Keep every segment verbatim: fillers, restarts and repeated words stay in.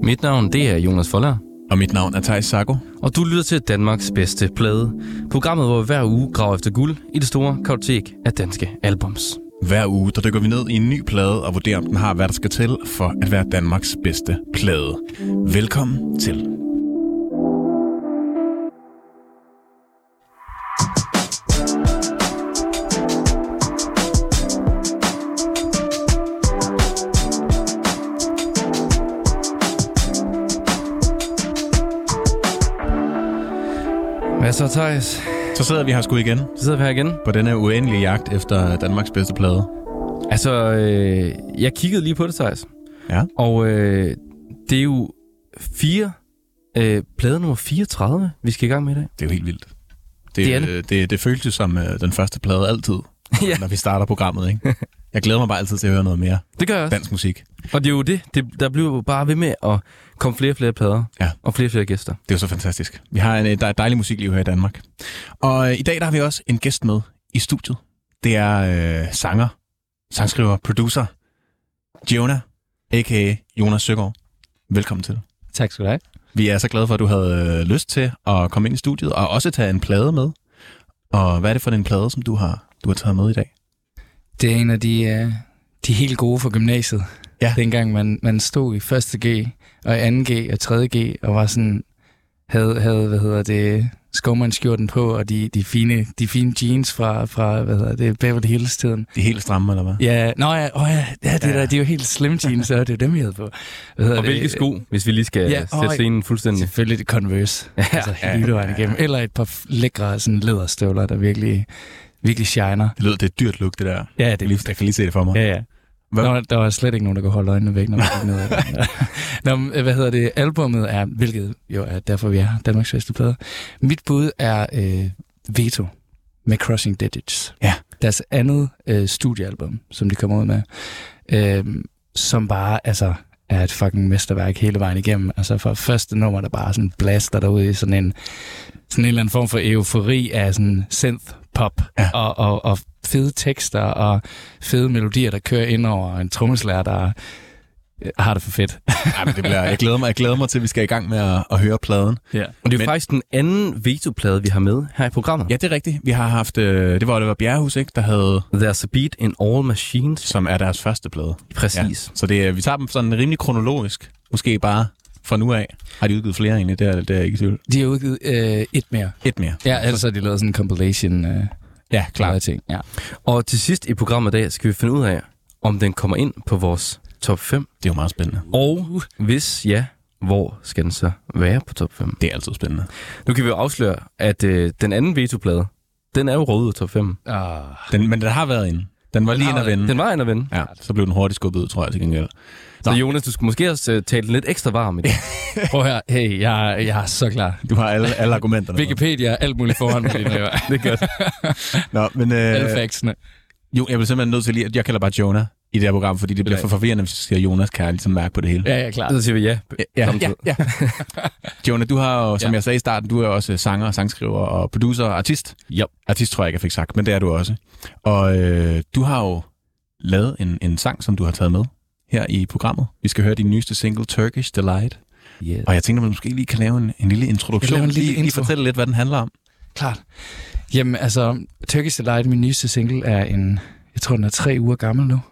Mit navn, det er Jonas Folder. Og mit navn er Thijs Sago. Og du lytter til Danmarks bedste plade. Programmet, hvor vi hver uge graver efter guld i det store kartotek af danske albums. Hver uge, der dykker vi ned i en ny plade og vurderer, om den har, hvad der skal til for at være Danmarks bedste plade. Velkommen til. Hvad så, Thijs? Så sidder vi her sgu igen. Så sidder vi her igen. På denne uendelige jagt efter Danmarks bedste plade. Altså, øh, jeg kiggede lige på det, Thijs. Ja. Og øh, det er jo fire, øh, plade nummer fireogtredive, vi skal i gang med i dag. Det er jo helt vildt. Det, det, er det. det. det, det føles jo som øh, den første plade altid, ja. Når vi starter programmet, ikke? Jeg glæder mig bare altid til at høre noget mere. Det gør jeg også. Dansk musik. Og det er jo det. det der bliver jo bare ved med at komme flere og flere plader. Ja. Og flere og flere gæster. Det er jo så fantastisk. Vi har en der dejlig musikliv her i Danmark. Og øh, i dag der har vi også en gæst med i studiet. Det er øh, sanger, sangskriver, producer, Jonah, a k a. Jonas Søgaard. Velkommen til. Tak skal du have. Vi er så glade for, at du havde øh, lyst til at komme ind i studiet og også tage en plade med. Og hvad er det for en plade, som du har, du har taget med i dag? Det er en af de, uh, de helt gode fra gymnasiet. Ja. Dengang man, man stod i første G og i anden G og tredje G og var sådan, havde, havde hvad hedder det, skovmandsskjorten på og de, de, fine, de fine jeans fra, fra hvad hedder det, Beverly Hills-tiden. De er helt stramme, eller hvad? Ja, nå ja, åh ja, ja, det ja. Der, de er jo helt slim jeans, og det er dem, jeg havde på. Hvad og hvilke sko, hvis vi lige skal ja, sætte åh, scenen fuldstændig? Selvfølgelig det Converse, ja, altså ja, hele vejen igennem. Eller et par lækre sådan, læderstøvler, der virkelig, virkelig shiner. Det lyder, det er et dyrt look, det der. Ja, det jeg, jeg kan lige se det for mig. Ja, ja. Nå, der var slet ikke nogen, der kunne holde øjnene væk, når man gik ned ad det. Nå, hvad hedder det? Albummet er, hvilket jo er derfor, vi er Danmarks bedste plade. Mit bud er øh, Veto med Crossing Digits. Ja. Deres andet øh, studiealbum, som de kommer ud med, øh, som bare altså, er et fucking mesterværk hele vejen igennem. Altså for første nummer, der bare sådan blaster derude i sådan en, sådan en eller anden form for eufori af sådan synth-pop ja. og, og, og fede tekster og fede melodier, der kører ind over en trommeslager, der har det for fedt. Ja, men det bliver, jeg, glæder mig, jeg glæder mig til, at vi skal i gang med at, at høre pladen. Ja. Og det er men, faktisk den anden Veto-plade, vi har med her i programmet. Ja, det er rigtigt. Vi har haft, øh, det var Oliver Bjerrehus, ikke, der havde There's a Beat in All Machines, som er deres første plade. Præcis. Ja. Så det, vi tager dem sådan rimelig kronologisk. Måske bare fra nu af. Har de udgivet flere egentlig? Det er, det er ikke i tvivl. De har udgivet øh, et mere. Et mere. Ja, ellers har de lavet sådan en compilation. Øh, ja, klart. Ting. Ja. Og til sidst i programmet i dag skal vi finde ud af, om den kommer ind på vores top fem. Det er jo meget spændende. Og hvis ja, hvor skal den så være på top fem? Det er altid spændende. Nu kan vi jo afsløre, at øh, den anden Veto-plade, den er jo rød ud top fem. Ah. Den, men den har været inde. Den var lige inde at vende. Den var inde at vende. Ja, så blev den hurtigt skubbet ud, tror jeg, til gengæld. Så Jonas, du skulle måske også uh, tale lidt ekstra varm i det. Prøv her. Hey, jeg, jeg er så klar. Du har alle, alle argumenterne. Wikipedia, alt muligt foran mig lige nu. Det er godt. Nå, men... Øh, alle factsene. Jo, jeg vil simpelthen nødt til lige, at jeg kalder bare Jonah i det her program, fordi det bliver for forvirrende, hvis jeg siger Jonas, kan jeg ligesom mærke på det hele. Ja, ja, klart. Så siger vi ja. Ja, ja, ja. Jonah, du har jo, som ja. jeg sagde i starten, du er også sanger, sangskriver og producer og artist. Ja. Artist tror jeg ikke, jeg fik sagt, men det er du også. Og øh, du har jo lavet en, en sang, som du har taget med her i programmet. Vi skal høre din nyeste single, Turkish Delight. Yes. Og jeg tænker, at man måske lige kan lave en, en lille introduktion. En lille lige, lige fortælle lidt, hvad den handler om. Klart. Jamen, altså, Turkish Delight, min nyeste single, er en, jeg tror, den er tre uger gammel nu.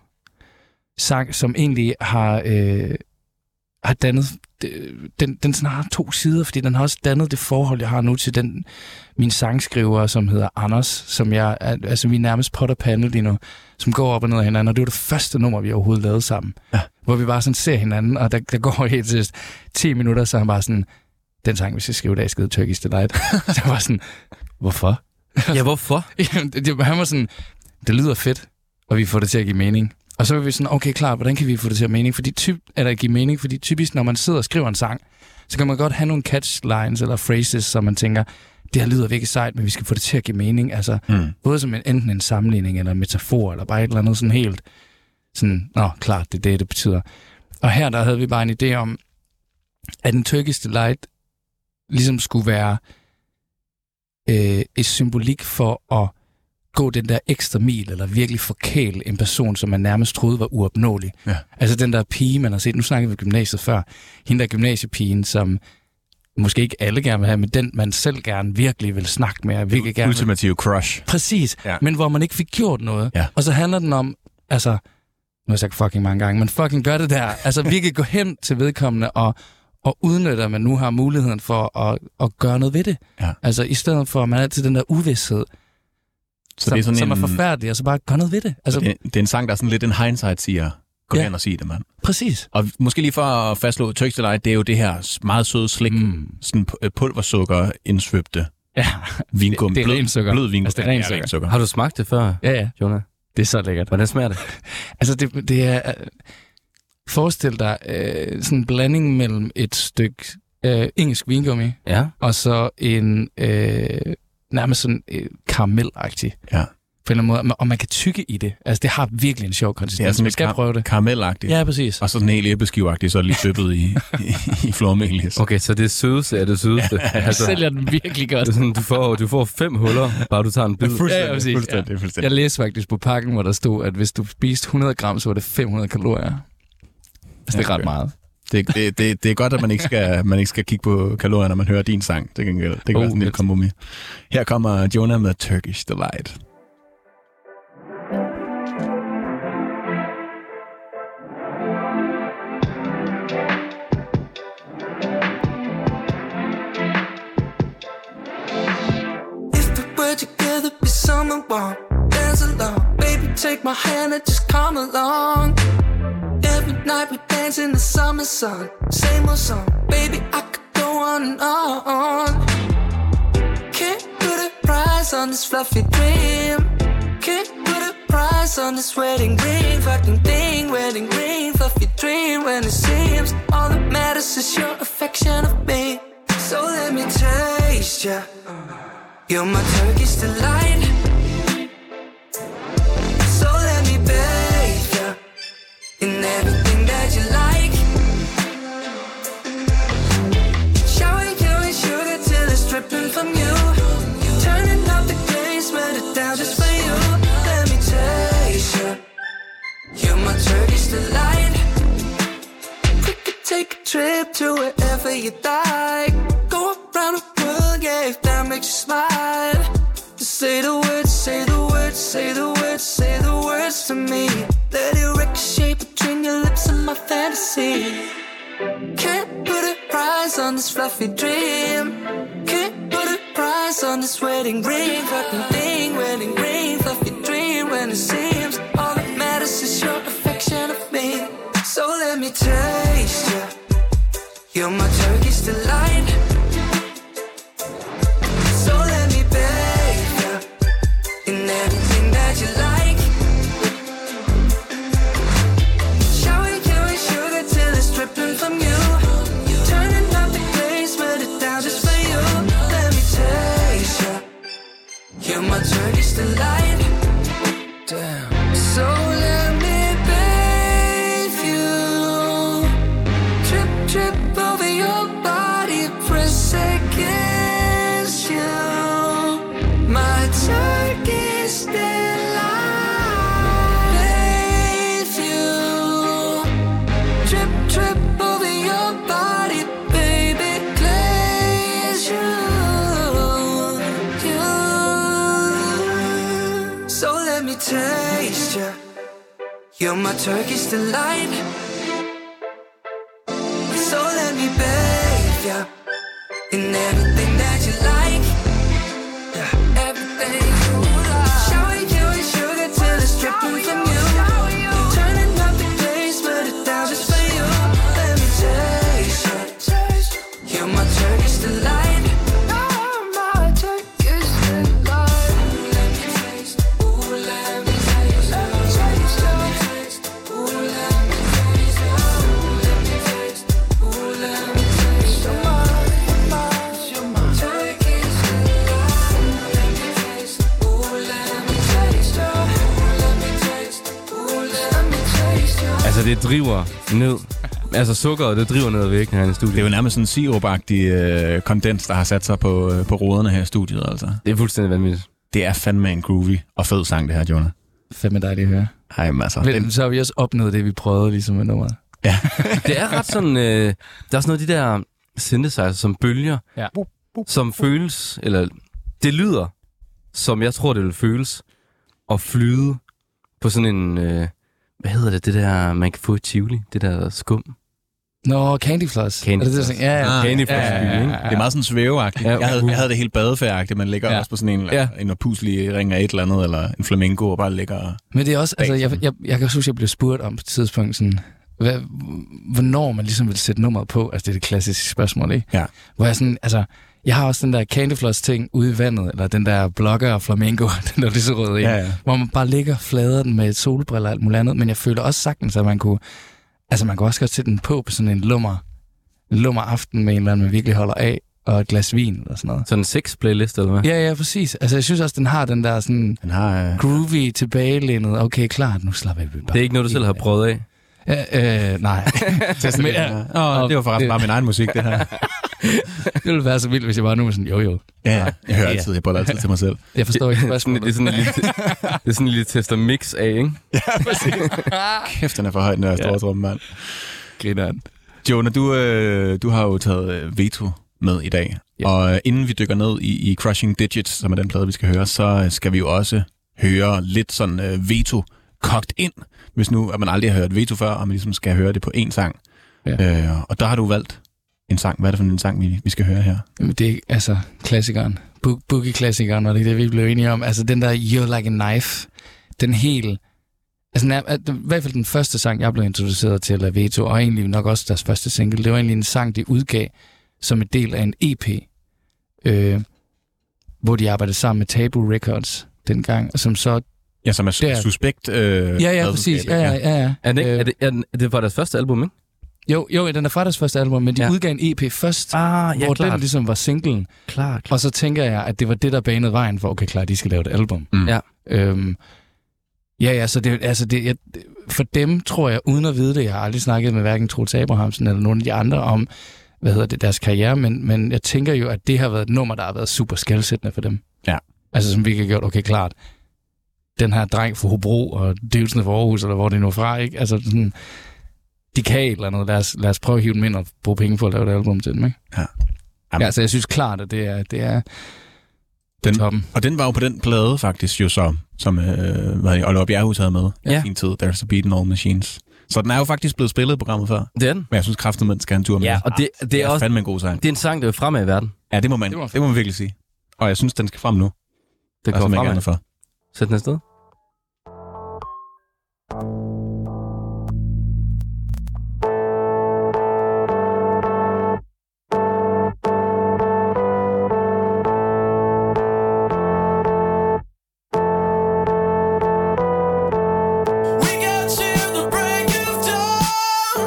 Sang, som egentlig har, øh, har dannet, den, den sådan har to sider, fordi den har også dannet det forhold, jeg har nu til den, min sangskriver, som hedder Anders, som jeg, altså vi er nærmest pot og pande lige nu, som går op og ned af hinanden, og det var det første nummer, vi overhovedet lavede sammen. Ja. Hvor vi bare sådan ser hinanden, og der, der går helt til ti minutter, så han bare sådan, den sang, vi skal skrive, der er skide Turkish Delight. Så jeg var sådan, hvorfor? Ja, hvorfor? Jamen, det, det, han var sådan, det lyder fedt, og vi får det til at give mening. Og så var vi sådan, okay, klar, hvordan kan vi få det til at mening? Fordi typ, eller give mening, fordi typisk, når man sidder og skriver en sang, så kan man godt have nogle catchlines eller phrases, som man tænker, det her lyder virkelig sejt, men vi skal få det til at give mening. Altså, mm. både som en, enten en sammenligning eller en metafor, eller bare et eller andet sådan helt, sådan, nå, klart, det er det, det betyder. Og her, der havde vi bare en idé om, at en Turkish Delight ligesom skulle være øh, et symbolik for at gå den der ekstra mil, eller virkelig forkæle en person, som man nærmest troede var uopnåelig. Ja. Altså den der pige, man har set, nu snakker vi gymnasiet før, hende der gymnasiepigen, som måske ikke alle gerne vil have, men den man selv gerne virkelig vil snakke med. Virkelig gerne ultimative crush. Præcis, ja. Men hvor man ikke fik gjort noget. Ja. Og så handler den om, altså, nu har jeg sagt fucking mange gange, men fucking gør det der. Altså virkelig gå hen til vedkommende og, og udnytte, at man nu har muligheden for at, at gøre noget ved det. Ja. Altså i stedet for, at man altid den der uvidshed, så som, det er, sådan som en, er forfærdelig, og så bare gøre noget ved det. Altså, det, det er en sang, der er sådan lidt en hindsight siger, gå ja. hen og sig det, mand. Præcis. Og måske lige for at fastslå, Turkish Delight, det er jo det her meget søde slik, mm. sådan pulversukker indsvøbte ja. vingum. Det, det er ren sukker. Blød vingum. Altså, det er ren sukker. sukker. Har du smagt det før, ja, ja. Jonah? Det er så lækkert. Hvordan smager det? altså, det, det er... Forestil dig øh, sådan en blanding mellem et stykke øh, engelsk vingummi, ja. og så en øh, nærmest sådan øh, karamelagtig. Ja. På en eller anden måde, og man kan tykke i det. Altså, det har virkelig en sjov konsistens. Ja, sådan man skal kar- prøve det. Karamelagtigt. Ja, præcis. Og så sådan helt æbleskiveagtigt, så er det lige søbet i, i, i flormelis. Okay, så det sødeste er det sødeste. Ja, altså, sælger den virkelig godt. Det er sådan, du, får, du får fem huller, bare du tager en bid. Fuldstændig, ja, præcis. Fuldstændig, ja. fuldstændig. Jeg læste faktisk på pakken, hvor der stod, at hvis du spiste hundrede gram, så var det fem hundrede kalorier. Altså, det er ret meget. Det, det, det, det er godt, at man ikke skal, man ikke skal kigge på kalorier, når man hører din sang. Det kan, det kan oh, være sådan en lille kompromis. Her kommer Jonah med Turkish Delight. Together, be someone warm, dance along. Baby, take my hand and just come along. Every night we dance in the summer sun. Same old song, baby, I could go on and on. Can't put a price on this fluffy dream. Can't put a price on this wedding ring. Fucking thing, wedding ring, fluffy dream. When it seems all that matters is your affection of me. So let me taste ya. You're my Turkish delight. So let me bathe ya in everything that you like. Showering you in sugar till it's dripping from you. Turning up the glaze, sweat it down just for you. Let me taste ya. You're my Turkish delight. We could take a trip to wherever you like. Go around the world, yeah, if that makes you smile. Just say the words, say the words, say the words, say the words to me. Let it ricochet between your lips and my fantasy. Can't put a price on this fluffy dream. Can't put a price on this wedding ring. Fucking thing, wedding ring, fluffy dream. When it seems all that matters is your affection of me. So let me taste ya. You're my Turkish delight. So let me bathe ya in everything that you like. Showering you in sugar till it's dripping from you. Turning up the glaze, sweat it down just for you. Let me taste ya. You're my Turkish delight. Damn. So let me bathe you. Trip, trip over your body, press against you. My Turkish delight. Bathe you. Trip, trip over your body, baby, glaze you. You. So let me taste ya. You're my Turkish delight. So let me bathe ya in everything that you like. Yeah, everything you like. Showering you in sugar till it's dripping from you. Turning up the glaze, sweat it down just for you. Let me taste ya. You're my Turkish delight. You're my Turkish delight. Let me taste. Ooh, let me taste. Let me taste. Ooh, let me taste. Ooh, let me taste. Ooh, let me taste. You're my, you're my Turkish delight. Let me taste. Ooh, let me taste. Ooh, let me taste. Ooh, let me taste. Altså, det driver ned. Altså, sukkeret, det driver ned ad væggen her i studiet. Det er jo nærmest sådan en sirupagtig øh, kondens, der har sat sig på, øh, på roderne her i studiet, altså. Det er fuldstændig vanvittigt. Det er fandme en groovy og fed sang, det her, Jonah. Fandme dejligt at høre. Ej, men altså... Men Den... så har vi også opnået det, vi prøvede ligesom med nummeret. Ja. Det er ret sådan... Øh, der er sådan noget af de der synthesizer som bølger, Ja. som føles... Eller det lyder, som jeg tror, det vil føles at flyde på sådan en... Øh, hvad hedder det? Det der, man kan få i Tivoli. Det der skum. Nå, Candy Floss. Candy er det det, Floss. ja, ja. Ah, Candy Floss, ja, ja, ja, Det er meget sådan svæveagtigt. Ja. Jeg havde, jeg havde det helt badefærdigt. Man ligger Ja. også på sådan en, Ja. en opuslig ring af et eller andet, eller en flamingo, og bare ligger... Men det er også, altså, jeg, jeg, jeg kan huske, jeg blev spurgt om på et tidspunkt, sådan, hvad, hvornår man ligesom vil sætte nummeret på. Altså, det er det klassiske spørgsmål, ikke? Ja. Hvor jeg sådan, altså, jeg har også den der Candy Floss ting ude i vandet, eller den der blogger og flamingo, den der lyserøde, Ja, ja. hvor man bare ligger flader den med solbriller og alt muligt andet. Men jeg føler også sagtens, at man kunne, altså, man kunne også godt sætte den på på sådan en lummer, en lummer aften med en eller anden, man virkelig holder af, og et glas vin eller sådan noget. Sådan en sex-playlist, eller hvad? Ja, ja, præcis. Altså, jeg synes også, den har den der sådan Den har... Øh... groovy, tilbagelænet. Okay, klart, nu slapper vi bare. Det er ikke noget, du selv har prøvet af? Ja, øh, nej. Men, ja. Åh, det var forresten bare min egen musik, det her. Det ville være så vildt, hvis jeg bare nu var sådan, jo jo. Ja, jeg hører altid, jeg boller altid til mig selv. Jeg forstår ikke Det er sådan, spørgsmålet. det er sådan en lille, det er sådan en lille tester mix af, ikke? Ja, præcis. Kæft, den er for højt, når jeg står og trommer, mand. Grineren. Jonah, du, øh, du har jo taget øh, Veto med i dag. Ja. Og øh, inden vi dykker ned i, i Crushing Digits, som er den plade, vi skal høre, så øh, skal vi jo også høre lidt sådan øh, Veto kogt ind, hvis nu at man aldrig har hørt Veto før, og man ligesom skal høre det på én sang. Ja. Øh, og der har du valgt en sang. Hvad er det for en sang, vi, vi skal høre her? Jamen, det er altså klassikeren. Bo- Boogie-klassikeren, var det det, vi blev enige om. Altså den der You're Like a Knife, den helt... Altså nær, i hvert fald den første sang, jeg blev introduceret til af Veto, og egentlig nok også deres første single, det var egentlig en sang, de udgav som en del af en E P, øh, hvor de arbejdede sammen med Tabu Records dengang, som så... Ja, som er Der. suspekt. Øh, Ja, ja, præcis. Ja, ja, ja. ja. Er det, ikke, Øh, er det, er, den- det var deres første album, ikke? Jo, jo, den er fra deres første album, men de Ja. ja. udgav en E P først, Ah, hvor den ligesom var singlen. Klart. Og så tænker jeg, at det var det, der banede vejen for, okay, klar, de skal lave et album. Mm. Ja. Øhm, ja, ja, så det, altså det, jeg, for dem tror jeg, uden at vide det, jeg har aldrig snakket med hverken Troels Abrahamsen eller nogen af de andre om, hvad hedder det, deres karriere, men, men jeg tænker jo, at det har været et nummer, der har været super skelsættende for dem. Ja. Altså som vi har gjort, okay, klart, den her dreng fra Hobro og Døvsen fra Aarhus, eller hvor det er nu fra, ikke? Altså sådan, de kan et eller andet, lad os, lad os prøve at hive dem ind og bruge penge på at lave et album til dem, ikke? Ja. Ja, altså jeg synes klart, at det er, det er Den, toppen. og den var jo på den plade faktisk jo så, som øh, hvad Oliver Bjerrehus havde med Ja. i sin tid. There's a Beat in All Machines. Så den er jo faktisk blevet spillet i programmet før. Det er den. Men jeg synes kraftigt, man skal have en tur med. Ja, og det, det det er er også fandme en god sang. det er en sang, der er fremad i verden. Ja, det må man, Det må man- det må man virkelig sige. Og jeg synes, den skal frem nu. Det Og som kommer jeg fremad. gerne for. Sæt den afsted. We got till the break of dawn.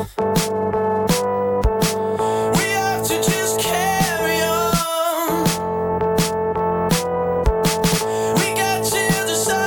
We have to just carry on. We got till the sun.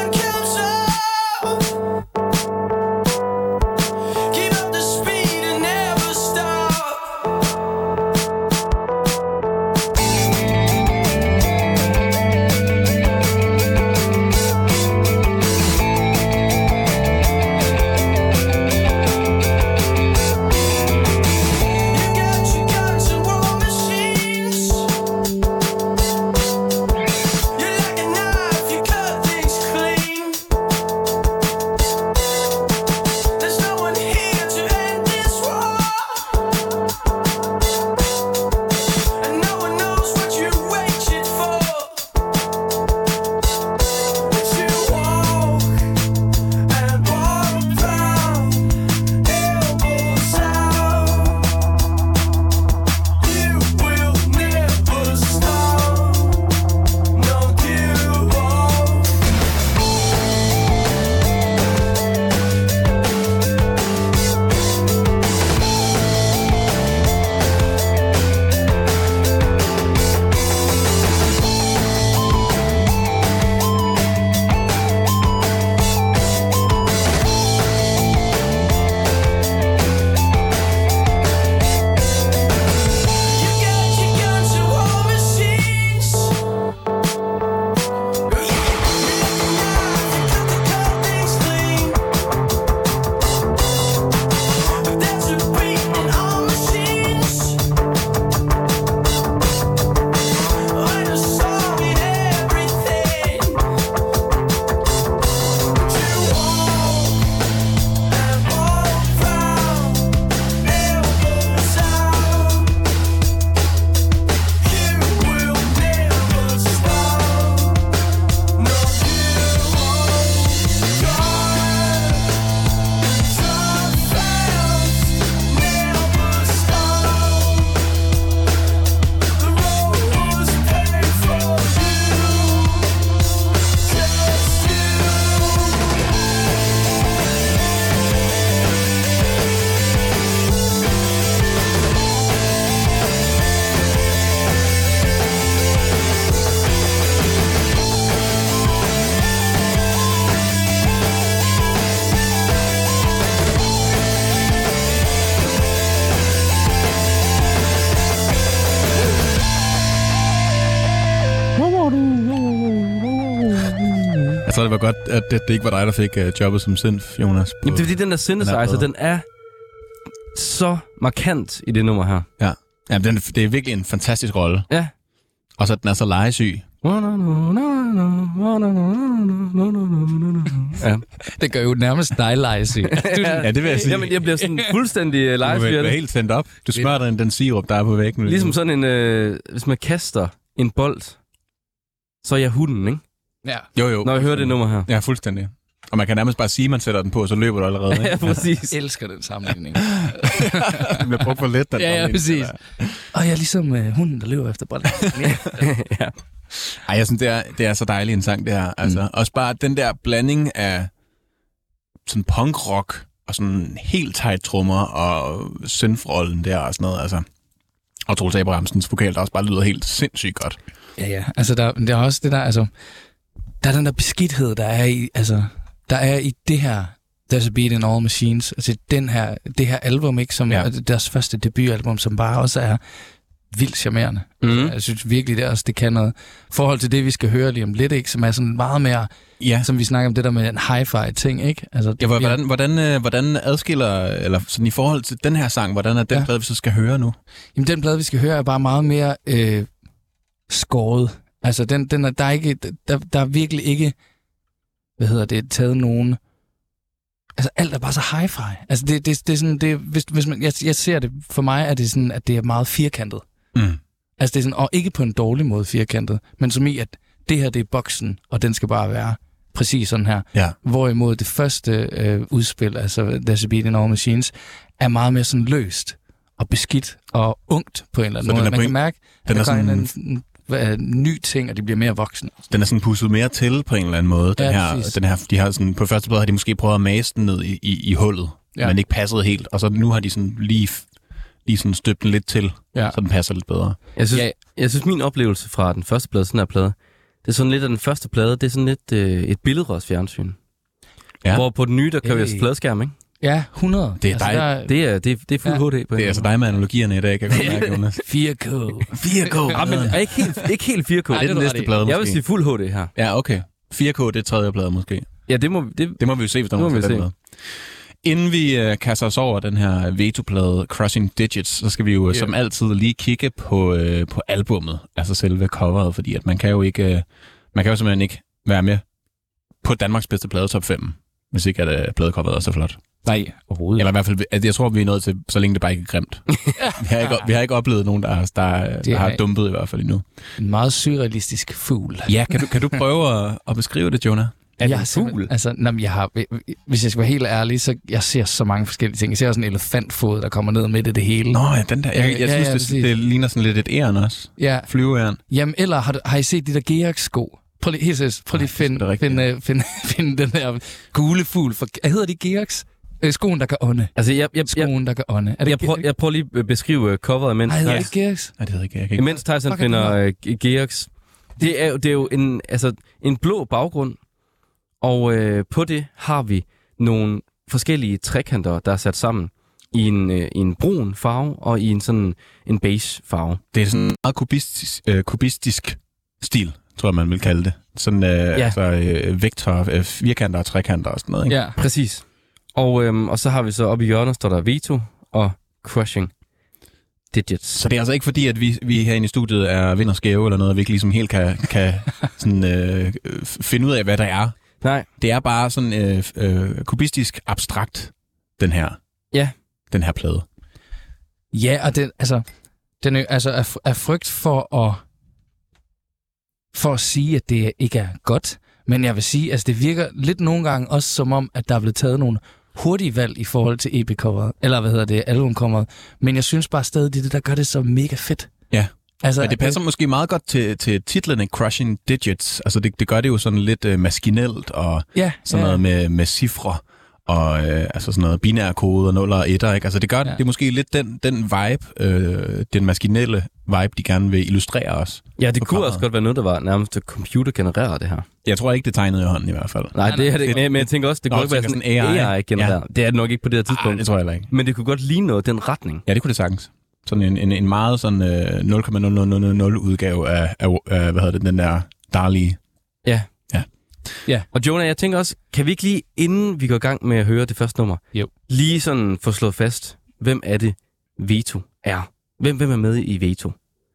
Jeg tror, det var godt, at det, det ikke var dig, der fik uh, jobbet som synth, Jonas. På... Jamen, det er fordi, den der synthesizer, den er så markant i det nummer her. Ja, Jamen, den, det er virkelig en fantastisk rolle. Ja. Og så den er så legesyg. Ja. Det gør jo nærmest dig legesyg. Ja, det vil jeg sige. Jamen, jeg bliver sådan fuldstændig legesyg. Du er helt tændt op. Du smører den, den sirup, der er på væggen. Ligesom sådan en, øh, hvis man kaster en bold, så er jeg hunden, ikke? Ja. Jo, jo. Når jeg hører det nummer her. Ja, fuldstændig. Og man kan nærmest bare sige, at man sætter den på, og så løber du allerede. Ikke? Ja, præcis. Jeg elsker den sammenligning. Det bliver brugt for let, den Ja, ja, præcis. Og jeg er ligesom øh, hunden, der løber efter bolden. Ja. Ej, jeg synes, det er, det er så dejlig en sang, det her. Altså, mm. Også bare den der blanding af sådan punk-rock og sådan helt tight trommer og synth-rollen der og sådan noget. Altså. Og Troels Abrahamsens vokal, der også bare lyder helt sindssygt godt. Ja, ja. Altså, der, der er også det der, altså... Der er den der beskidthed, der er i, altså... Der er i det her... There's a Beat in All Machines. Altså, den her, det her album, ikke? Som ja. er deres første debutalbum, som bare også er vildt charmerende. Mm. Jeg synes virkelig, det også det kan noget. Forhold til det, vi skal høre lige om lidt, ikke? Som er sådan meget mere... Ja. Som vi snakker om det der med en hi-fi ting, ikke? Altså, ja, hvordan, hvordan, hvordan adskiller, eller sådan i forhold til den her sang, hvordan er den ja. plade, vi så skal høre nu? Jamen, den plade, vi skal høre, er bare meget mere øh, skåret. Altså, den, den er, der, er ikke, der, der er virkelig ikke, hvad hedder det, taget nogen... Altså, alt er bare så hi-fi. Altså, det, det, det er sådan, det, hvis, hvis man, jeg, jeg ser det, for mig er det sådan, at det er meget firkantet. Mm. Altså, det er sådan, og ikke på en dårlig måde firkantet, men som i, at det her, det er boksen, og den skal bare være præcis sådan her. Ja. Hvorimod det første øh, udspil, altså There's a Beat in All Machines, er meget mere sådan løst og beskidt og ungt på en eller anden måde. Man kan mærke, at den der er sådan... en, en, en ny ting, og de bliver mere voksne. Den er sådan pusset mere til på en eller anden måde. Den ja, her, den her, de har sådan, på første plade har de måske prøvet at mase den ned i, i, i hullet, ja. men ikke passet helt. Og så nu har de sådan lige, lige sådan støbt den lidt til, ja. så den passer lidt bedre. Jeg synes, ja. jeg synes min oplevelse fra den første plade, sådan her plade, det er sådan lidt af den første plade, det er sådan lidt øh, et billedrørsfjernsyn. Ja. Hvor på den nye, der kan vi hey. fladskærm, ikke? Ja, hundrede. Det er altså, dig. Der... Det er, det er, det er fuld ja. H D. På det er altså dig med analogierne i dag, kan jeg godt mærke, Jonas. fire K. fire K. Ja, men er ikke helt, ikke helt fire K. Nej, det er den næste plade, måske. Jeg vil sige fuld H D her. Ja, okay. fire K, det er tredje plade, måske. Ja, det må, det... det må vi jo se, hvis der må vi se. Med. Inden vi uh, kaster os over den her Veto-plade, Crushing Digits, så skal vi jo yeah. som altid lige kigge på, uh, på albummet, altså selve coveret, fordi at man kan jo ikke, uh, man kan jo simpelthen ikke være med på Danmarks bedste plade top fem, hvis ikke at uh, pladecoveret er så flot. Nej, overhovedet. Eller i hvert fald, at jeg tror, vi er nået til, så længe det bare ikke er grimt. vi, har ikke, vi har ikke oplevet nogen, der, der, der har dumpet i hvert fald endnu. En meget surrealistisk fugl. Ja, kan du, kan du prøve at, at beskrive det, Jonah? Er jeg det en fugl? Altså, jamen, jeg har, hvis jeg skal være helt ærlig, så jeg ser så mange forskellige ting. Jeg ser også en elefantfod, der kommer ned midt i det hele. Nå ja, den der. Jeg, jeg, jeg ja, synes, ja, det, det ligner sådan lidt et æren også. Ja. Flyveæren. Jamen, eller har, har I set de der Georg-sko? Prøv lige, helt seriøst, prøv lige at finde find, find, find den der gule fugl. For, hedder de Georgs? Skoen, der kan ånde. Altså, jeg, jeg, Skoen, der kan ånde. Er det jeg, prøver, jeg prøver lige at beskrive coveret, imens... Ej, hedder det Georgs? Nej, det hedder ikke. Imens Tyson finder uh, Georgs. Det er, det er jo en, altså, en blå baggrund, og øh, på det har vi nogle forskellige trekanter, der er sat sammen i en, øh, i en brun farve og i en sådan en beige farve. Det er sådan en meget kubistisk, øh, kubistisk stil, tror jeg, man vil kalde det. Sådan øh, ja. altså, øh, vektor, øh, firkanter og trekanter og sådan noget, ikke? Ja, præcis. Og, øhm, og så har vi så oppe i hjørnet, står der Veto og Crushing Digits. Så det er altså ikke fordi, at vi, vi herinde i studiet er vind og skæve eller noget, og vi ikke ligesom helt kan, kan sådan, øh, finde ud af, hvad der er. Nej. Det er bare sådan øh, øh, kubistisk abstrakt, den her, ja. den her plade. Ja, og den, altså, den er, altså, er, er frygt for at, for at sige, at det ikke er godt. Men jeg vil sige, altså det virker lidt nogle gange også som om, at der er blevet taget nogle hurtige valg i forhold til E P-coveret, eller hvad hedder det, albumcoveret. Men jeg synes bare stadig, det er det, der gør det så mega fedt. Ja, altså, men det passer det... måske meget godt til, til titlerne Crushing Digits. Altså det, det gør det jo sådan lidt uh, maskinelt, og ja, sådan ja. noget med, med cifre, og øh, altså sådan noget binære kode og nuller og etter, ikke? Altså det gør ja. det er måske lidt den, den vibe, øh, den maskinelle vibe, de gerne vil illustrere os. Ja, det kunne også godt være noget, der var nærmest computergenereret det her. Jeg tror ikke, det tegnede i hånden i hvert fald. Nej, det er det. Men jeg tænker også, det kunne ikke være sådan A I-genereret. Ja. Det er det nok ikke på det her tidspunkt. Ej, det tror jeg heller ikke. Men det kunne godt ligne noget den retning. Ja, det kunne det sagtens. Sådan en, en, en meget sådan øh, nul komma nul nul nul nul udgave af, af, af, hvad hedder det, den der Dali. Ja. Ja. Ja. Og Jonah, jeg tænker også, kan vi ikke lige, inden vi går i gang med at høre det første nummer, Jo. lige sådan få slået fast, hvem er det, Veto er? Hvem, hvem er med i Veto?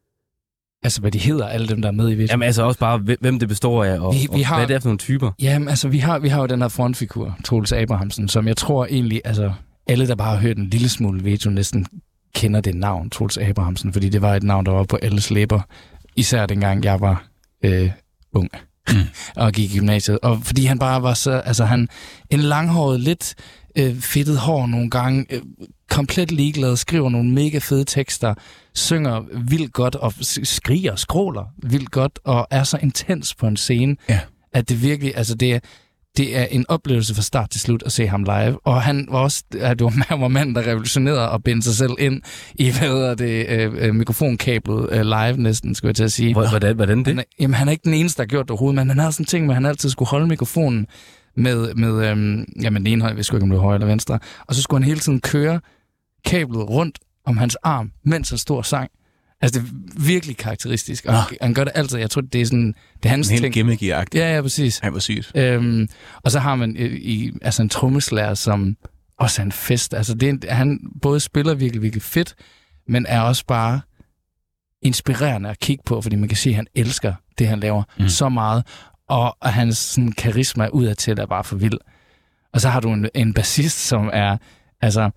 Altså, hvad de hedder, alle dem, der er med i Veto. Jamen altså også bare, hvem det består af, og, Vi- vi og har- hvad det er for nogle typer. Jamen, altså, vi har, vi har jo den her frontfigur, Troels Abrahamsen, som jeg tror egentlig, altså, alle, der bare har hørt en lille smule Veto, næsten kender det navn, Troels Abrahamsen, fordi det var et navn, der var på alles læber, især dengang jeg var øh, ung mm. og gik i gymnasiet. Og fordi han bare var så, altså han, en langhåret, lidt øh, fedtet hår nogle gange, øh, komplet ligeglad, skriver nogle mega fede tekster, synger vildt godt og s- skriger og skråler vildt godt, og er så intens på en scene, Ja. at det virkelig, altså det er, det er en oplevelse fra start til slut at se ham live. Og han var også, at det var, han var manden, der revolutionerede og bindte sig selv ind i, hvad hedder det, øh, mikrofonkablet øh, live næsten, skulle jeg til at sige. Hvordan, hvordan det? Han er, jamen, han er ikke den eneste, der har gjort det overhovedet, men han havde sådan en ting med, at han altid skulle holde mikrofonen med, med øhm, jamen, den ene hånd, jeg ved ikke, om det var højre eller venstre, og så skulle han hele tiden køre kablet rundt om hans arm, mens han stod og sang. Altså, det er virkelig karakteristisk, og han, han gør det altid. Jeg tror, det er sådan, det er hans en helt ting. gimmicky-agtig. Ja, ja, præcis. Han var sygt. Øhm, og så har man i, i, altså en trommeslager, som også er en fest. Altså, det er en, han både spiller virkelig, virkelig fedt, men er også bare inspirerende at kigge på, fordi man kan se, at han elsker det, han laver mm. så meget, og, og hans sådan, karisma udadtil er bare for vild. Og så har du en, en bassist, som er, altså,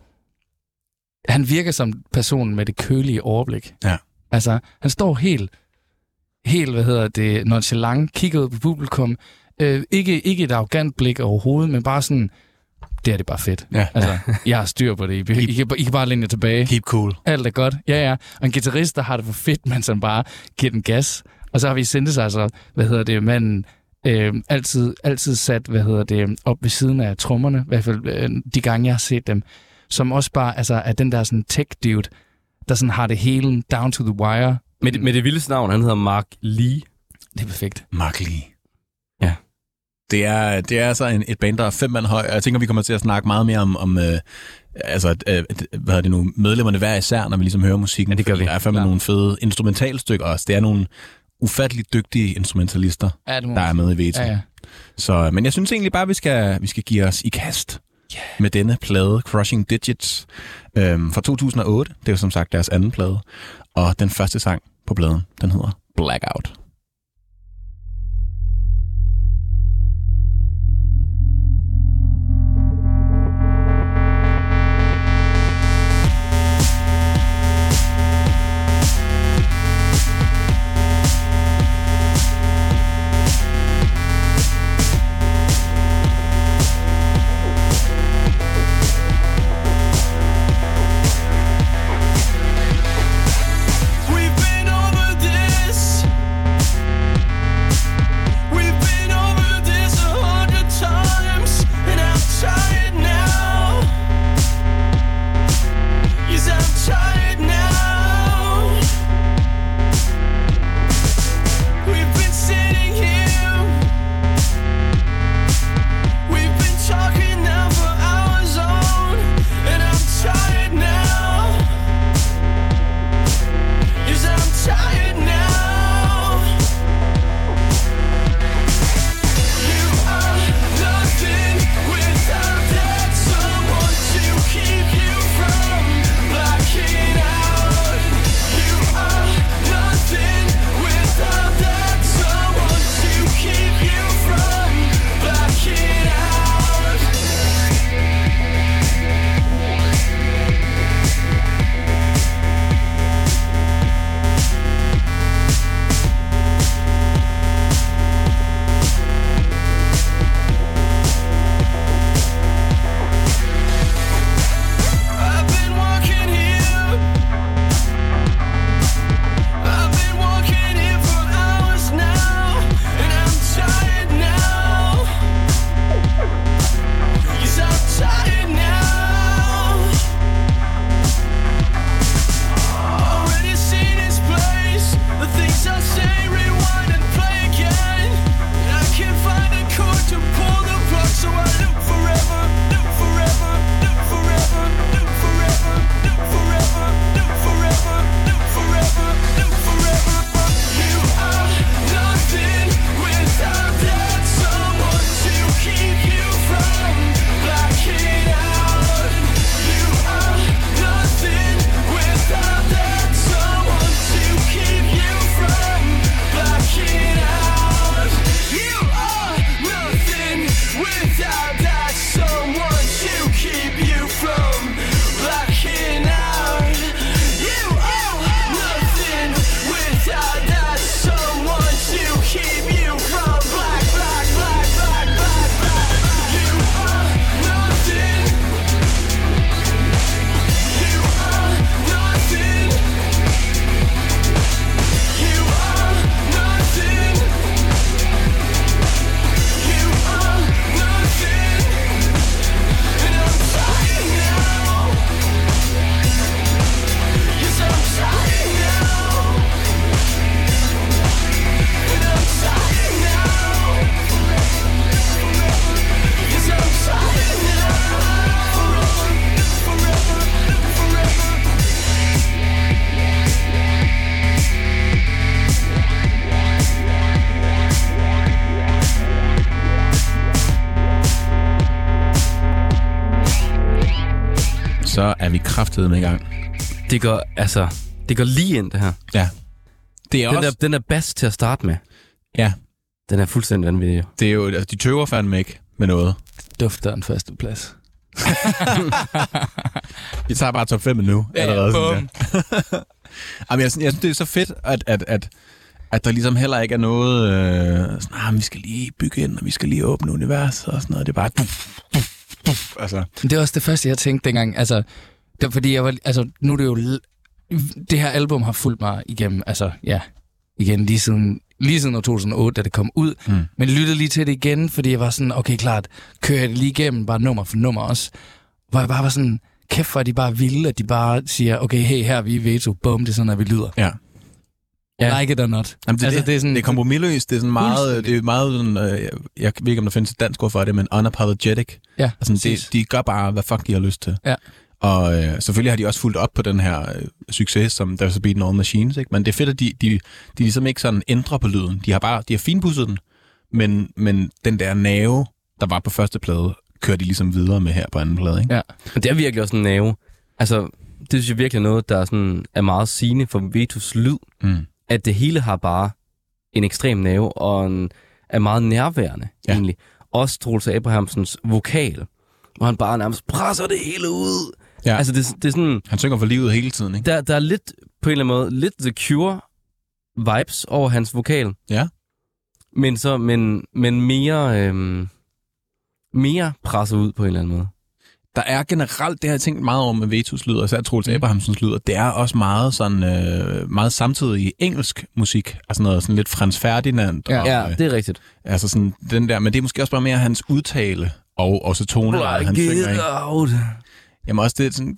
han virker som personen med det kølige overblik. Ja. Altså, han står helt, helt, hvad hedder det, nonchalant, kigger ud på publikum, øh, ikke, ikke et arrogant blik overhovedet, men bare sådan, det er det bare fedt. Ja. Altså, jeg har styr på det. I, I, I, kan, I kan bare læne jer tilbage. Keep cool. Alt er godt. Ja, ja. Og en guitarist, der har det for fedt, mens han bare giver den gas. Og så har vi synthesizer, hvad hedder det, manden, øh, altid, altid sat, hvad hedder det, op ved siden af trommerne, i hvert fald øh, de gange, jeg har set dem, som også bare, altså, er den der sådan tech-dude, der sådan har det hele down to the wire. Med, med det vildeste navn, han hedder Mark Lee. Det er perfekt. Mark Lee. Ja. Det er, det er altså en, et band, der er fem mand høj, og jeg tænker, vi kommer til at snakke meget mere om, om øh, altså, øh, hvad hedder det nu, medlemmerne hver især, når vi ligesom hører musikken. Ja, det gør vi. Der er fandme Ja. nogle fede instrumentalstykker også. Det er nogle ufatteligt dygtige instrumentalister, Ja, det må der er med i Veto. Ja, ja. Så, men jeg synes egentlig bare, vi skal, vi skal give os i kast yeah. med denne plade, Crushing Digits, øhm, fra to tusind og otte. Det er jo som sagt deres anden plade. Og den første sang på pladen, den hedder Blackout. We've been over this kraftedeme i gang. Det går, altså, det går lige ind, det her. Ja. Det er Den også... der, den er bass til at starte med. Ja. Den er fuldstændig vanvittig. Det er jo... Altså, de tøver fandme ikke med noget. Dufter en første plads. Vi tager bare top fem nu. Ja, allerede. bum. Jamen, jeg, synes, jeg synes, det er så fedt, at, at, at, at der ligesom heller ikke er noget... Øh, sådan, ah, vi skal lige bygge ind, og vi skal lige åbne universet og sådan noget. Det er bare... Duf, duf, duf, altså. Det er også det første, jeg tænkte dengang. Altså, det var, fordi jeg var... Altså, nu er det jo... Det her album har fulgt mig igennem, altså, ja, igen, lige siden, lige siden år to tusind og otte, da det kom ud. Mm. Men lyttede lige til det igen, fordi jeg var sådan, okay, klart, kører jeg det lige igennem, bare nummer for nummer også. Hvor jeg bare var sådan, kæft for, at de bare ville, at de bare siger, okay, hey, her er vi i Veto, bum, det er sådan, at vi lyder. Ja. Ja. Like it or not. Jamen, det, altså, det, det er sådan, det er kompromisløst, det er sådan meget, det er meget sådan, øh, jeg ved ikke, om der findes et dansk ord for det, men unapologetic. Ja, altså, de, de gør bare, hvad fuck de har lyst til. Ja. Og øh, selvfølgelig har de også fulgt op på den her øh, succes, som There's a Beat in All Machines, ikke? Men det er fedt, at de, de, de ligesom ikke sådan ændrer på lyden. De har bare, de har finpudset den, men, men den der nerve, der var på første plade, kører de ligesom videre med her på anden plade, ikke? Ja. Og det er virkelig også en nerve. Altså, det synes jeg virkelig er noget, der er, sådan, er meget sigende for Vetos lyd. Mm. At det hele har bare en ekstrem nerve, og en, er meget nærværende, ja. Egentlig. Også Troels Abrahamsens vokal, hvor han bare nærmest presser det hele ud. Ja. Altså, det, det er sådan... Han synger for livet hele tiden, ikke? Der, der er lidt, på en eller anden måde, lidt The Cure-vibes over hans vokal. Ja. Men, så, men, men mere, øhm, mere presset ud på en eller anden måde. Der er generelt, det har jeg tænkt meget om med Vetos lyd, og især Troels Abrahamsens lyd, det er også meget sådan, øh, meget samtidig engelsk musik, altså noget sådan lidt Frans Ferdinand. Ja, og, ja, det er rigtigt. Altså sådan den der, men det er måske også bare mere hans udtale, og også toneleje, han synger, ikke? Out. Jamen også det sådan...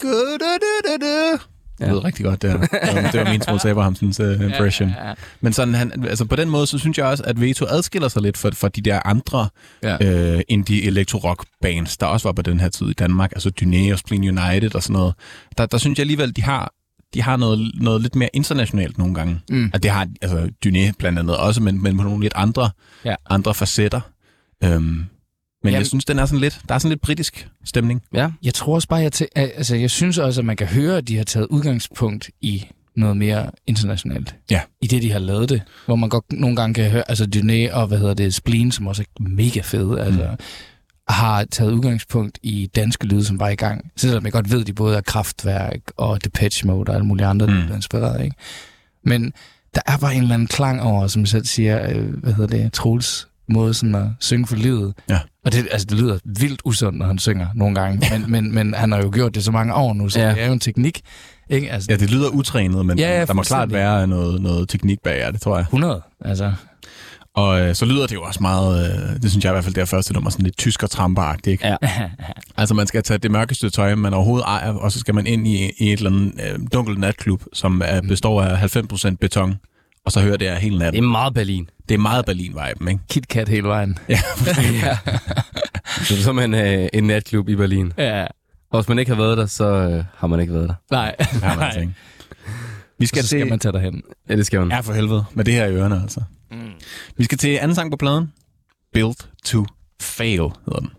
Jeg ved rigtig godt, det er. Det var min Troels Abrahamsens uh, impression. Ja, ja, ja. Men sådan, han, altså på den måde, så synes jeg også, at Veto adskiller sig lidt fra, fra de der andre ja. øh, indie-elektro-rock-bands, der også var på den her tid i Danmark. Altså Dyné og Spleen United og sådan noget. Der, der synes jeg alligevel, de har, de har noget, noget lidt mere internationalt nogle gange. Mm. At det har altså Dyné blandt andet også, men, men på nogle lidt andre, ja. andre facetter. Øhm, Men Jamen, jeg synes, den er sådan lidt, der er sådan lidt britisk stemning. Ja. Jeg tror også bare, jeg, til, altså, jeg synes også, at man kan høre, at de har taget udgangspunkt i noget mere internationalt. Ja. I det, de har lavet det. Hvor man godt nogle gange kan høre, altså Dyné og, hvad hedder det, Spleen, som også er mega fede, altså, mm. har taget udgangspunkt i danske lyde, som var i gang. Selvom jeg godt ved, at de både er Kraftwerk og Depeche Mode og alle mulige andre, mm. der er inspireret, ikke? Men der er bare en eller anden klang over, som jeg selv siger, øh, hvad hedder det, Troels måde sådan at synge for livet. Ja. Og det, altså, det lyder vildt usundt, når han synger nogle gange, men, men, men han har jo gjort det så mange år nu, så ja. Det er jo en teknik. Ikke? Altså, ja, det lyder utrænet, men ja, ja, der må klart være noget, noget teknik bag jer, det tror jeg. hundrede, altså. Og øh, så lyder det jo også meget, øh, det synes jeg i hvert fald, det er første nummer, sådan lidt tysker-tramperagtigt, ikke? Ja. Altså man skal tage det mørkeste tøj, man overhovedet ejer, og så skal man ind i, i et eller andet øh, dunkelt natklub, som er, består af halvfems procent beton, og så hører det her hele natten. Det er meget Berlin. Det er meget Berlin-viben, ikke? KitKat hele vejen. Ja. Ja. Så så er man øh, en natklub i Berlin. Ja. Og hvis man ikke har været der, så øh, har man ikke været der. Nej. Det har man altså ikke. Vi skal så skal til... man tage derhen. Ja, det skal man. Ja, for helvede. Med det her i ørerne, altså. Mm. Vi skal til anden sang på pladen. Built to Fail, hedder den.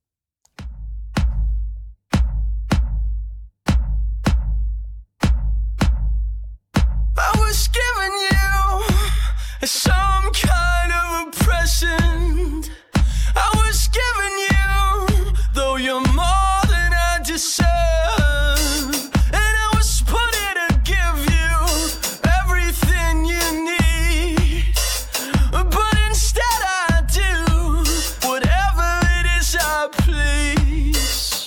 I was giving you some kind of oppression. I was giving you, though you're more than I deserve. And I was putting to give you everything you need. But instead I do whatever it is I please.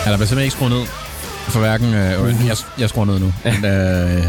Ja, der vil simpelthen ikke skrue ned for hverken... Øh, mm-hmm. jeg, jeg skruer ned nu. Ja. Men, øh,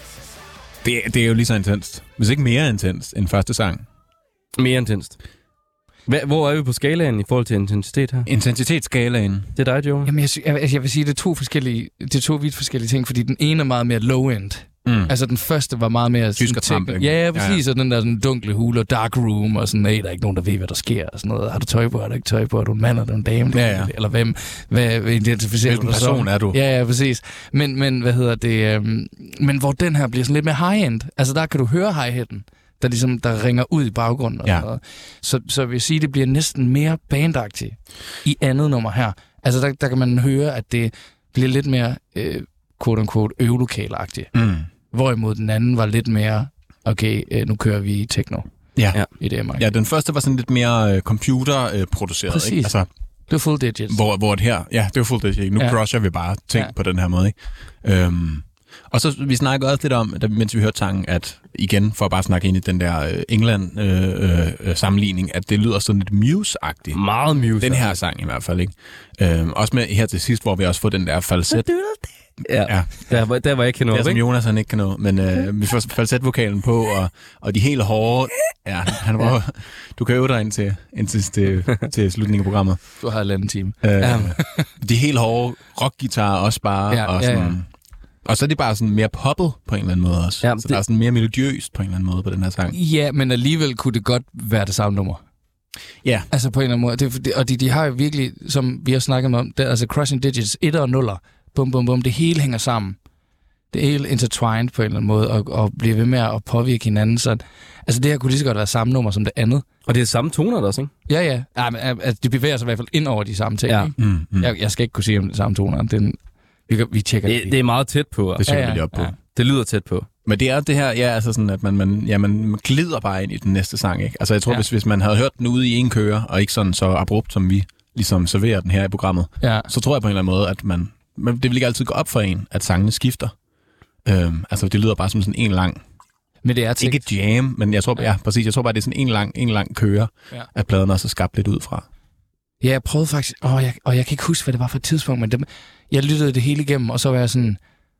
det, det er jo lige så intenst. Hvis ikke mere intenst end første sang. Mere intenst. Hva, hvor er vi på skalaen i forhold til intensitet her? Intensitetsskalaen. Det er dig, Joe. Jamen, jeg, jeg, jeg vil sige, det er to forskellige, det er to vidt forskellige ting, fordi den ene er meget mere low-end. Mm. Altså, den første var meget mere... Tysk og tramp, ikke? Ja, ja, præcis. Ja, ja. Og den der sådan dunkle hule og dark room, og sådan, nej, der er ikke nogen, der ved, hvad der sker, og sådan noget. Har du tøj på, har du ikke tøj på, er du en mand, er du en dame? Ja, ja. Eller hvem, hvad identificerer du dig som? Hvilken person er du? Ja, ja, præcis. Men, men hvad hedder det... Øhm, men hvor den her bliver sådan lidt mere high-end. Altså, der kan du høre hi-hatten, der ligesom, der ringer ud i baggrunden. Og ja. sådan noget. Så, så jeg vil sige, det bliver næsten mere bandagtigt i andet nummer her. Altså, der, der kan man høre, at det bliver lidt mere, øh, quote-unquote, øvelokal-agtigt. Mm. Hvorimod den anden var lidt mere, okay, øh, nu kører vi techno. Ja. I det her ja, den første var sådan lidt mere øh, computerproduceret. Præcis. Ikke? Altså, det var full digits. Hvor, hvor det her, ja, det var full digits. Nu ja. crusher vi bare ting ja. på den her måde. Ikke? Øhm, og så vi snakkede også lidt om, da, mens vi hørte sangen, at igen, for at bare snakke ind i den der øh, England-sammenligning, øh, øh, at det lyder sådan lidt Muse-agtigt. Meget Muse. Den her sang i hvert fald, ikke? Øhm, også med her til sidst, hvor vi også får den der falset. Ja, ja. Der, var, der var jeg ikke kan nå. Det er som Jonas, han ikke kan nå. Men øh, vi får falsetvokalen på, og, og de helt hårde... Ja, han var, ja. Du kan øve dig ind til, ind til, til, til slutningen af programmet. Du har et andet time. Øh, ja. De helt hårde rockguitarer også bare. Ja, og, sådan, ja, ja. og så er det bare sådan mere poppet på en eller anden måde også. Ja, så det... der er sådan mere melodiøst på en eller anden måde på den her sang. Ja, men alligevel kunne det godt være det samme nummer. Ja. Altså på en eller anden måde. Det, og de, de har jo virkelig, som vi har snakket om, det, altså Crushing Digits, etter og nuller. Bum, bum, bum. Det hele hænger sammen. Det er helt intertwined på en eller anden måde, og, og bliver ved med at påvirke hinanden. Så, altså det her kunne lige så godt være samme nummer som det andet. Og det er samme toner der også, ikke? Ja, ja. ja men, altså, de bevæger sig i hvert fald ind over de samme ting. Ja. Mm, mm. Jeg, jeg skal ikke kunne sige, om det er samme toner. Den, vi, vi tjekker det. Det er meget tæt på. Det tjekker ja, ja. vi lige op på. Ja. Det lyder tæt på. Men det er det her, ja, altså sådan, at man, man, ja, man glider bare ind i den næste sang, ikke? Altså jeg tror, ja. hvis, hvis man havde hørt den ude i en køre, og ikke sådan så abrupt, som vi ligesom serverer den her i programmet, ja. så tror jeg på en eller anden måde, at man... Men det vil ikke altid gå op for en, at sangene skifter. Øhm, altså, det lyder bare som sådan en lang... Men det er tænkt. Ikke jam, men jeg tror, ja. Ja, præcis, jeg tror bare, det er sådan en lang, en lang køre, ja. at pladen også er skabt lidt ud fra. Ja, jeg prøvede faktisk... Åh, jeg, og jeg kan ikke huske, hvad det var for et tidspunkt, men det, jeg lyttede det hele igennem, og så var jeg sådan...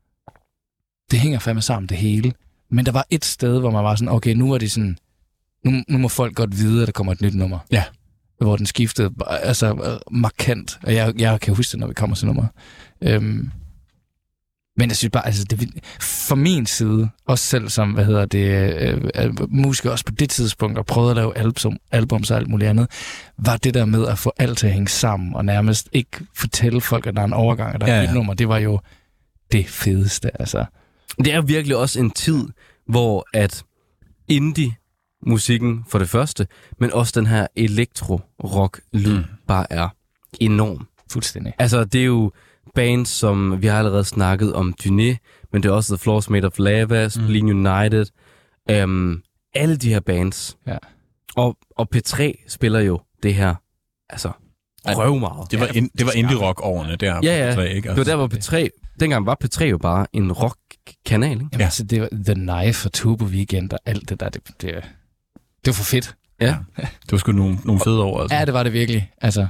Det hænger fandme sammen, det hele. Men der var et sted, hvor man var sådan, okay, nu er det sådan... Nu, nu må folk godt vide, at der kommer et nyt nummer. Ja. Hvor den skiftede, altså markant. Og jeg, jeg kan huske det, når vi kommer til nummer. Øhm, men jeg synes bare, altså, det, for min side, også selv som, hvad hedder det, øh, musiker også på det tidspunkt, og prøvede at lave album, albums og alt muligt andet, var det der med at få alt til at hænge sammen, og nærmest ikke fortælle folk, at der er en overgang, og der er ja, ja. et nummer, det var jo det fedeste, altså. Det er virkelig også en tid, hvor at indie musikken for det første, men også den her elektro-rock-lyd mm. bare er enorm. Fuldstændig. Altså, det er jo bands, som vi har allerede snakket om, Dyné, men det er også The Floors Made of Lava, Spleen mm. United, um, alle de her bands. Ja. Og, og P tre spiller jo det her, altså, røv meget. Det var, in, det var indie-rock-årene der på ja, ja. P tre, ikke? Det var der, hvor P tre, dengang var P tre jo bare en rock-kanal, ikke? Jamen, ja. altså, det var The Knife og Turbo Weekend og alt det der, det, det, det var for fedt. Ja. Det var sgu nogle, nogle fede år, altså. Ja, det var det virkelig, altså.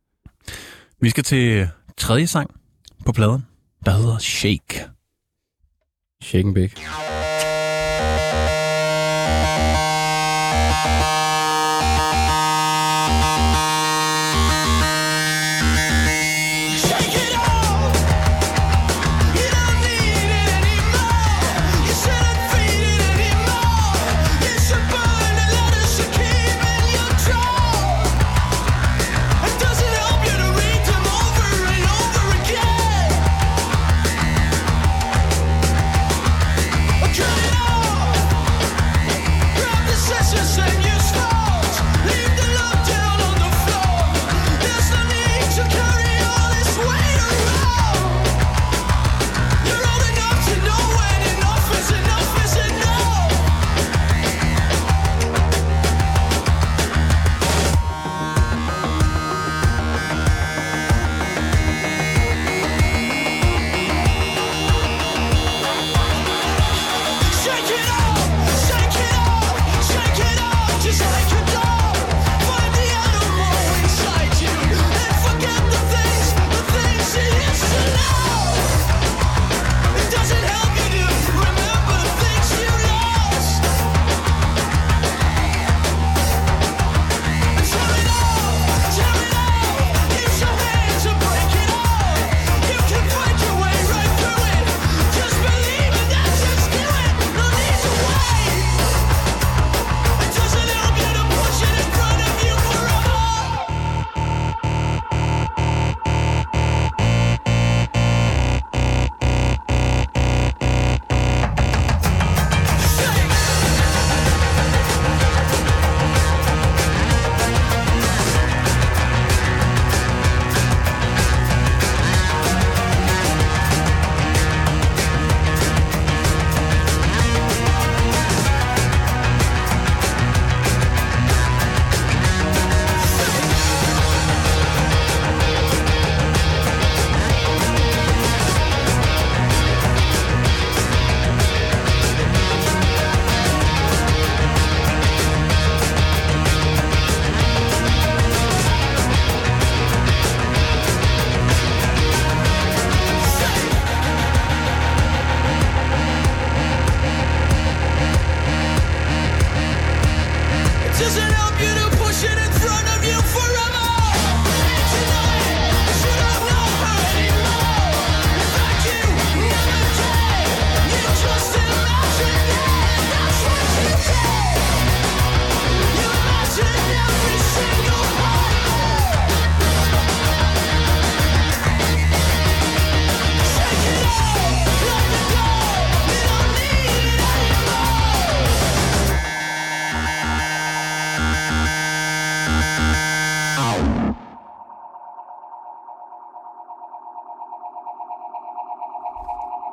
Vi skal til tredje sang på pladen, der hedder Shake. Shake and Bake. Just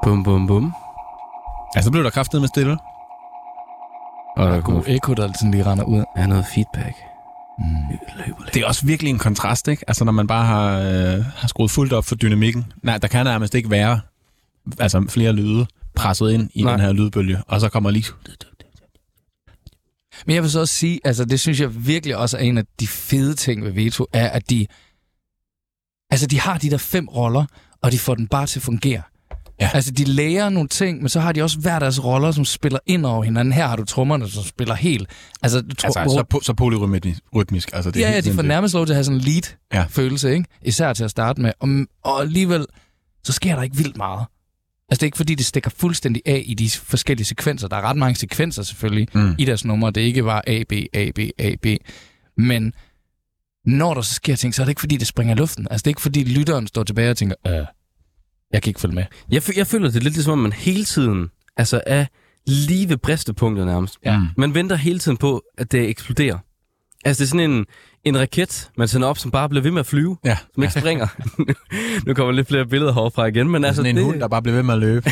Bum, bum, bum. Altså, så blev der kraftet med stille. Og Der der er god ekko, der sådan lige render ud. er noget feedback. Mm. Det er også virkelig en kontrast, ikke? Altså, når man bare har, øh, har skruet fuldt op for dynamikken. Nej, der kan nærmest ikke være altså, flere lyde presset ind i Nej. den her lydbølge. Og så kommer lige... Men jeg vil så også sige, altså det synes jeg virkelig også er en af de fede ting ved Veto, er at de, altså de har de der fem roller, og de får den bare til at fungere. Ja. Altså de lærer nogle ting, men så har de også hver deres roller, som spiller ind over hinanden. Her har du trommerne, som spiller helt. Altså, du Altså, tro- så, po- så polyrytmisk. Altså, det er ja, ja, helt de får sindssygt. nærmest lov til at have sådan en lead-følelse, Ja. ikke? Især til at starte med. Og, og alligevel, så sker der ikke vildt meget. Altså det er ikke fordi, det stikker fuldstændig af i de forskellige sekvenser. Der er ret mange sekvenser selvfølgelig Mm. i deres numre. Det er ikke bare A, B, A, B, A, B. Men når der så sker ting, så er det ikke fordi, det springer i luften. Altså det er ikke fordi, lytteren står tilbage og tænker, øh, jeg kan ikke følge med. Jeg, fø- jeg føler, det er lidt ligesom, at man hele tiden altså er lige ved bristepunktet nærmest. Ja. Man venter hele tiden på, at det eksploderer. Altså, det er sådan en, en raket, man sender op, som bare bliver ved med at flyve, Ja. som ikke springer. Nu kommer lidt flere billeder herfra igen, men altså... Sådan en det... hund, der bare bliver ved med at løbe.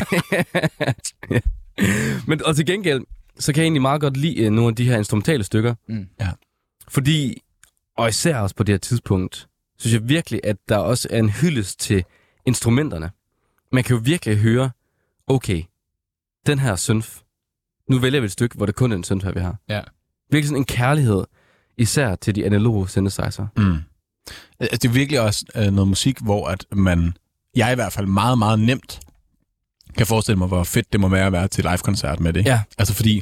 Ja. Men, og til gengæld, så kan jeg egentlig meget godt lide uh, nogle af de her instrumentale stykker. Mm. Ja. Fordi, og især også på det her tidspunkt, synes jeg virkelig, at der også er en hyldest til instrumenterne. Man kan jo virkelig høre, okay, den her synth, nu vælger vi et stykke, hvor det kun er en synth, her vi har. Ja. Virkelig sådan en kærlighed, især til de analoge synthesizer. Mm. Altså, det er virkelig også øh, noget musik, hvor at man, jeg i hvert fald meget, meget nemt kan forestille mig, hvor fedt det må være at være til live-koncert med det. Ja. Altså fordi,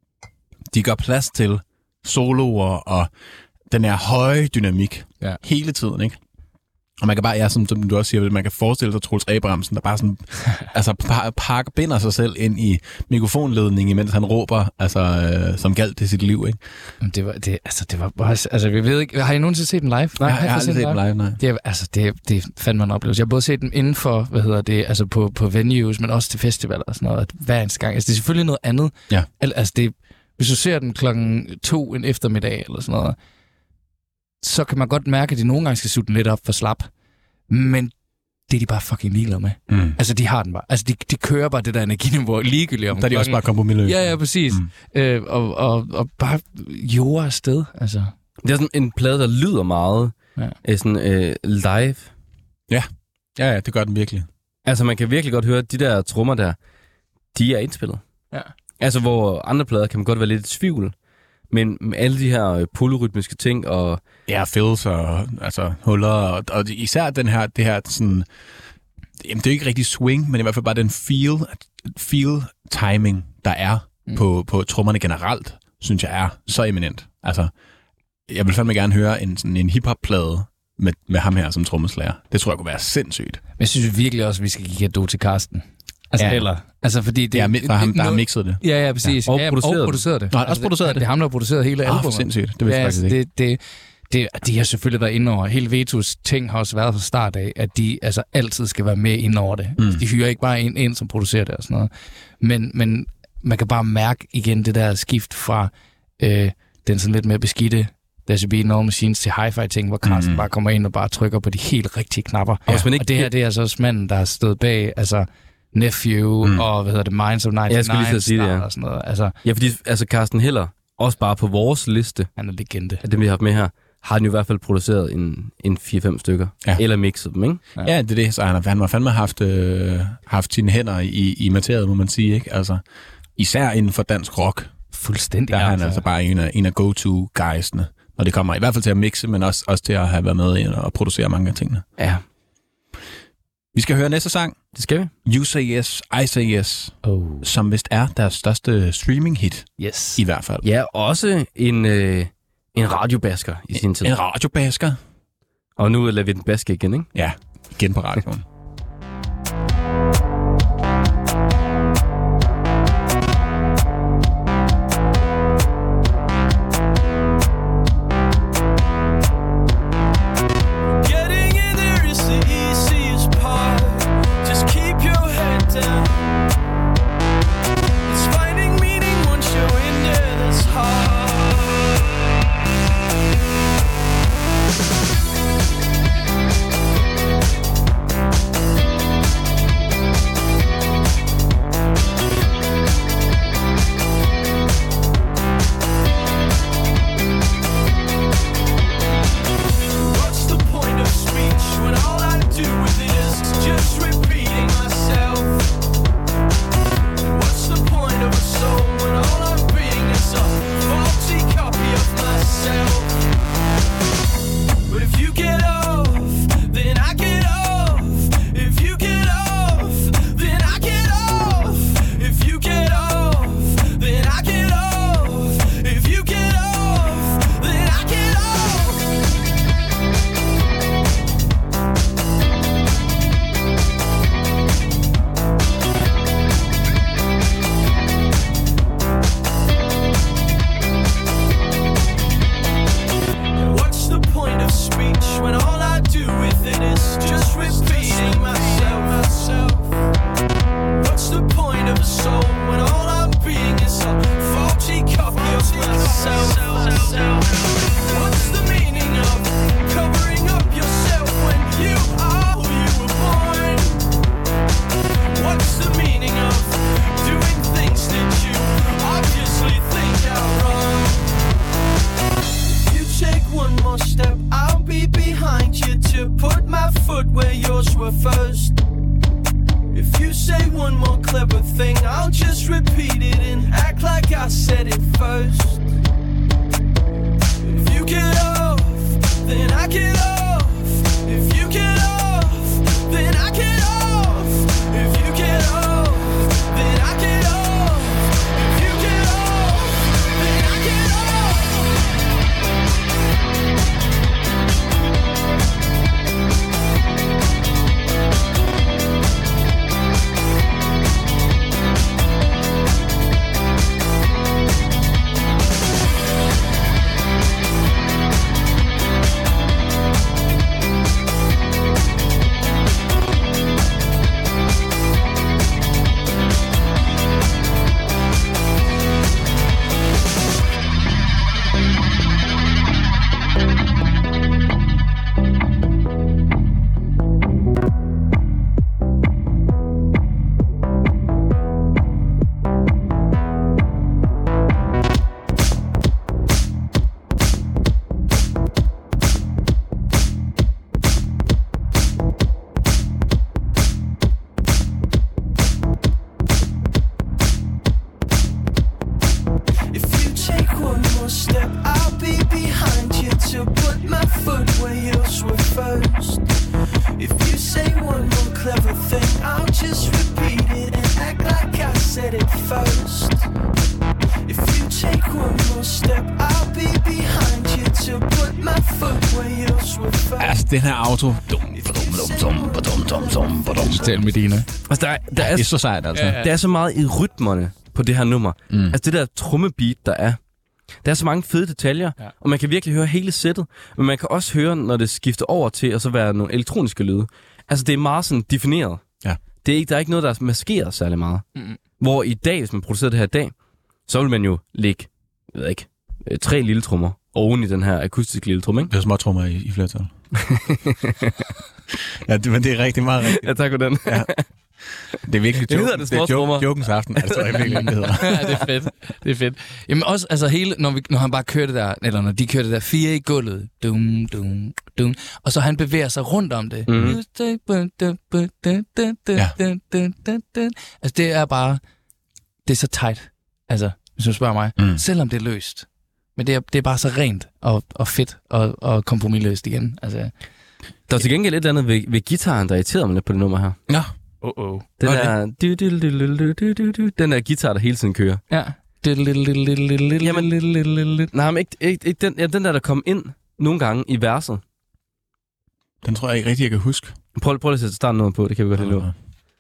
de gør plads til soloer og den her høje dynamik Ja. hele tiden, ikke? Og man kan bare, ja, som, som du også siger, man kan forestille sig Troels Abrahamsen, der bare sådan, altså par, pakker, binder sig selv ind i mikrofonledningen, imens han råber, altså, øh, som galt til sit liv, ikke? Men det var, det, altså, det var bare, altså, vi ved ikke, har I nogensinde set den live? Nej, jeg, jeg har aldrig set dem live, nej. Det er, altså, det, det er fandme en oplevelse. Jeg har både set dem inden for, hvad hedder det, altså på, på venues, men også til festivaler og sådan noget, hver eneste gang. Altså, det er selvfølgelig noget andet. Ja. Al, altså, det, hvis du ser den klokken to en eftermiddag eller sådan noget, så kan man godt mærke, at de nogle gange skal sutte den lidt op for slap. Men det er de bare fucking ligeglade med. Mm. Altså, de har den bare. Altså, de, de kører bare det der energiniveau ligegyldigt om Der er de også klokken. bare kompromisløse. Ja, ja, præcis. Mm. Øh, og, og, og bare jorde afsted, altså. Det er sådan en plade, der lyder meget Ja. øh, sådan, øh, live. Ja, ja, det gør den virkelig. Altså, man kan virkelig godt høre, at de der trommer der, de er indspillet. Ja. Altså, hvor andre plader kan man godt være lidt i tvivl. Men med alle de her øh, polyrytmiske ting og... Ja, fills og altså, huller, og, og især den her, det her sådan... Jamen, det er jo ikke rigtig swing, men i hvert fald bare den feel, feel timing, der er mm. på, på trommerne generelt, synes jeg er så eminent. Altså, jeg vil fandme gerne høre en, sådan en hip-hop-plade med, med ham her som trommeslager. Det tror jeg kunne være sindssygt. Men jeg synes virkelig også, at vi skal give gave til Karsten. Altså, Ja. heller. Altså, fordi det Det er for ham, der har mixet det. Ja, ja, præcis. Ja, og ja, produceret og produceret det. Nå, han har også produceret det. det. Det er ham, der har produceret hele Ah, for albumet. sindssygt. Det vidste ja, jeg faktisk altså, ikke. det, det, det, de har selvfølgelig været inde over. Hele Vetus ting har også været fra start af, at de altså altid skal være med ind over det. Mm. De hyrer ikke bare en ind, som producerer det og sådan noget. Men, men man kan bare mærke igen det der skift fra øh, den sådan lidt mere beskidte There Should Be No Machines til hi-fi ting, hvor Carsten Mm. bare kommer ind og bare trykker på de helt rigtige knapper. Og hvis man ikke- Og det her, det er altså også manden, der har stået bag, altså Nephew Mm. og hvad hedder det, Minds of nioghalvfems Jeg skulle lige til at sige det, ja. og sådan noget. Altså, Ja, fordi altså Carsten Heller, også bare på vores liste han er legende. af dem, vi har haft med her, har han jo i hvert fald produceret en, en fire fem stykker. Ja. Eller mixet dem, ikke? Ja, det er det. Så han har, han har fandme haft, øh, haft sine hænder i, i materialet, må man sige. Ikke? Altså, især inden for dansk rock, Fuldstændig. der er han altså bare en af, en af go-to-guysene. Og det kommer i hvert fald til at mixe, men også, også til at have været med i og producere mange af tingene. Ja, Vi skal høre næste sang, det skal vi. You Say Yes, I Say Yes, Oh, som vist er deres største streaming-hit, yes. i hvert fald. Ja, også en, øh, en radiobasker i sin tid. En radiobasker. Og nu lader vi den baske igen, ikke? Ja, igen på radioen. Getting in there is the easiest part. Just keep your head down. It's finding meaning once you're in there that's hard. yourself? What's the meaning of covering up yourself when you are who you were born? What's the meaning of doing things that you obviously think are wrong? If you take one more step, I'll be behind you to put my foot where yours were first. If you say one more clever thing, I'll just repeat it and act like I said it first. If you get off, then I get off. If you get off, then I get off. If you get off, then I get off. If you get off, then I get off. Den her auto. Stel Medina. Altså, der, der ja, er, det er så sejt, altså. Ja, ja. Der er så meget i rytmerne på det her nummer. Mm. Altså det der trommebeat, der er. Der er så mange fede detaljer, ja. Og man kan virkelig høre hele sættet. Men man kan også høre, når det skifter over til at så være nogle elektroniske lyde. Altså det er meget sådan defineret. Ja. Det er ikke, der er ikke noget, der er maskeret særlig meget. Mm. Hvor i dag, hvis man producerer det her i dag, så vil man jo lægge, jeg ved ikke, tre lille trommer oven i den her akustiske lille tromme, ikke? Det er små trommer i, i flertal. Ja, det, men det er rigtig meget rigtigt. Ja, tak for den. Ja. Det er virkelig joke, det, det er joke, jokens aften. Altså, det er virkelig, det hedder. Ja, det er fedt. Det er fedt. Jamen også, altså hele, når, vi, når han bare kører det der, eller når de kører det der fire i gulvet, dum, dum, dum, og så han bevæger sig rundt om det. Mm. Ja. Altså det er bare, det er så tight, altså, hvis du spørger mig. Mm. Selvom det er løst. Men det er, det er bare så rent og, og fedt og, og kompromisløst igen. Altså. Der er til gengæld et eller andet ved, ved gitaren, der irriterer mig lidt på det nummer her. Ja. Oh oh. Den der, du, du, du, du, du, du, du, den der guitar, der hele tiden kører. Ja. Jamen, nej, men ikke, ikke, ikke den, ja, den der, der kom ind nogle gange i verset. Den tror jeg ikke rigtig, jeg kan huske. Prøv, prøv at sætte starten noget på, det kan vi godt lide nu.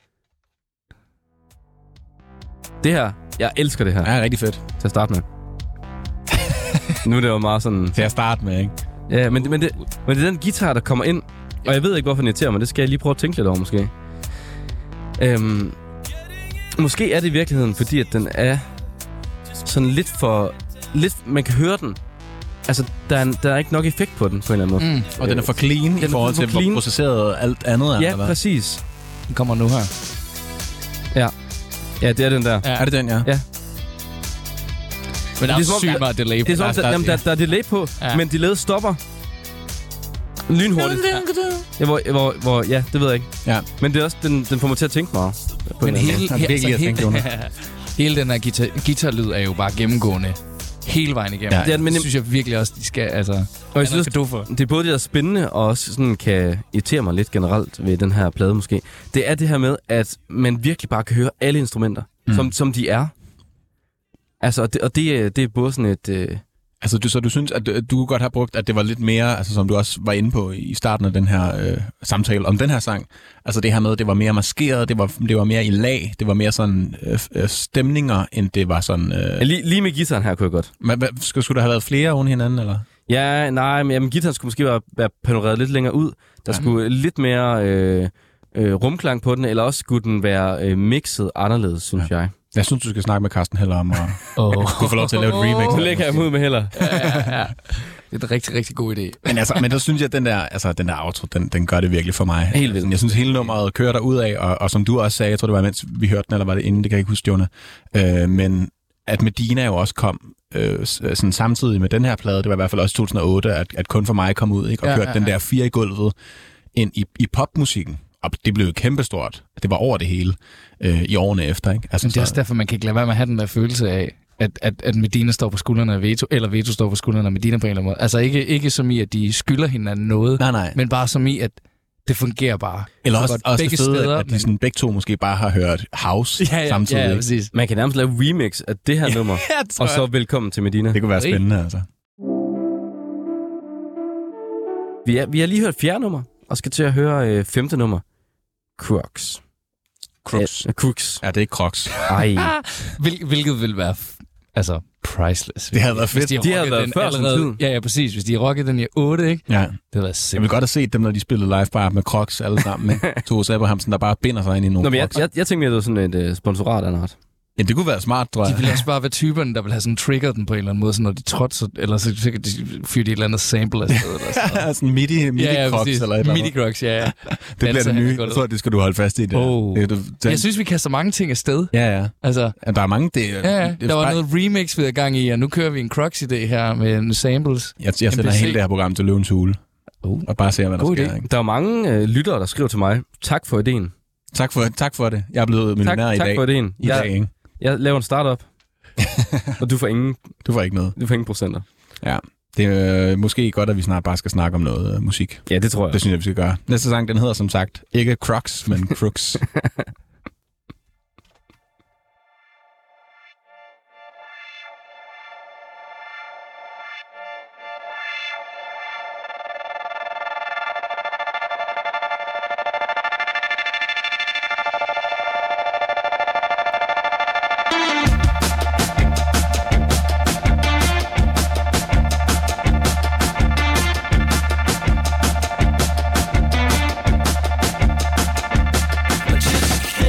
Det her, jeg elsker det her. Ja, rigtig fedt. Til at starte med. Nu er det jo meget sådan... Til at starte med, ikke? Ja, men, men, det, men det er den guitar, der kommer ind, og jeg ved ikke, hvorfor den irriterer mig. Det skal jeg lige prøve at tænke lidt over, måske. Øhm, måske er det i virkeligheden, fordi at den er sådan lidt for... Lidt, man kan høre den. Altså, der er, der er ikke nok effekt på den, på en eller anden måde. Mm. Og den er for clean den i forhold til, hvor processeret alt andet er. Ja, eller præcis. Den kommer nu her. Ja. Ja, det er den der. Ja. Er det den, ja? Ja. Men der er, er sygt der, meget delay på. Det er sådan, der, der, jamen, der, der er delay på, ja. Men delayet stopper lynhurtigt. Ja, hvor, hvor, hvor, ja, det ved jeg ikke. Ja. Men det er også, den, den får mig til at tænke meget. Men hele, he, altså, hele, hele den her guitar, guitarlyd er jo bare gennemgående hele vejen igennem. Ja. Det, er, men, det synes jeg virkelig også, de skal, altså... Og jeg synes, det er både det, der er spændende, og også sådan kan irritere mig lidt generelt ved den her plade måske. Det er det her med, at man virkelig bare kan høre alle instrumenter, mm. som, som de er. Altså, og det, og det, det er både sådan et... Øh... Altså, du, så du synes, at du kunne godt have brugt, at det var lidt mere, altså som du også var inde på i starten af den her øh, samtale om den her sang, altså det her med, det var mere maskeret, det var, det var mere i lag, det var mere sådan øh, stemninger, end det var sådan... Øh... Lige, lige med guitaren her kunne jeg godt. Men, skulle, skulle der have været flere oven hinanden, eller? Ja, nej, men jamen, guitaren skulle måske være, være panoreret lidt længere ud. Der ja. skulle lidt mere øh, øh, rumklang på den, eller også skulle den være øh, mixet anderledes, synes ja. jeg. Jeg synes, du skal snakke med Carsten Heller om, og Oh. du kunne få lov til at lave et remix. Nu lægger jeg ham ud med heller. ja, ja, ja. Det er en rigtig, rigtig god idé. Men, altså, men der synes jeg, at den der, altså, den der outro, den, den gør det virkelig for mig. Helt vildt. Jeg synes, hele nummeret kører der ud af, og, og som du også sagde, jeg tror, det var, mens vi hørte den, eller var det inden, det kan jeg ikke huske, Jonah. Øh, men at Medina jo også kom øh, sådan samtidig med den her plade, det var i hvert fald også to tusind og otte, at, at Kun for mig kom ud, ikke? Og Ja, kørte ja, den ja. der fire i gulvet ind i, i popmusikken. Og det blev jo kæmpestort. Det var over det hele øh, i årene efter, ikke? Altså, Men det er også derfor, man kan ikke lade være med at have den der følelse af, at, at, at Medina står på skuldrene af Veto, eller Veto står på skuldrene af Medina på en eller anden måde. Altså ikke, ikke som i, at de skylder hinanden noget, nej, nej. men bare som i, at det fungerer bare. Eller Så også, godt også begge det fede, steder, at de men- sådan, begge to måske bare har hørt house Ja, ja, samtidig. ja, ja, ikke? præcis. Man kan nærmest lave remix af det her nummer, og så velkommen til Medina. Det kunne være spændende, altså. Vi, er, vi har lige hørt fjerde nummer, og skal til at høre øh, femte nummer. Crooks. Crooks. Ja, Crooks. Ja, det er ikke Crocs. Ej. Hvil, hvilket vil være f- altså priceless. Det havde været Hvis fedt. De havde rockede været den før sin allerede- tid. Ja, ja, præcis. Hvis de rockede den i otte, ikke? Ja. Det havde været Jeg simpelthen. vil godt have set dem, når de spillede live bare med Crocs alle sammen. Ikke? Tove Abrahamsen, der bare binder sig ind i nogle Nå, men jeg, Crocs. jeg, jeg tænkte mere, det var sådan et uh, sponsorat af noget. Ja, det kunne være smart, tror De jeg. ville også bare være typerne, der vil have sådan trigget den på en eller anden måde, så når de trådte, så, eller så, så kan de fyre de et eller andet sample af stedet. Eller sådan noget. sådan midi, midi ja, ja, Crocs præcis. eller et eller andet. Midi Crocs, ja, ja. Det bliver Danser det han nye. godt Jeg ud. tror, det skal du holde fast i. Det. Oh. det, du, den, Jeg synes, vi kaster mange ting afsted. Ja, ja. Altså, Ja, der er mange... Det, ja, ja. det, Der var bare- noget remix, vi havde gang i, og nu kører vi en Crocs-idé her med nogle samples. Jeg, jeg sender M P C. hele det her program til Løvens Hule. Oh. Og bare ser, hvad der God sker. idé. Ikke? Der er mange øh, lyttere, der skriver til mig. Tak for ideen. Tak, for, tak for det. Jeg er blevet Tak, millionær i tak dag. for ideen. I dag, Jeg, ikke? jeg laver en startup, og du får ingen, Du får ikke noget. du får ingen procenter. Ja. Det er øh, måske godt, at vi snart bare skal snakke om noget øh, musik. Ja, det tror jeg. Det synes jeg, vi skal gøre. Næste sang, den hedder som sagt ikke Crocs, men Crooks. I just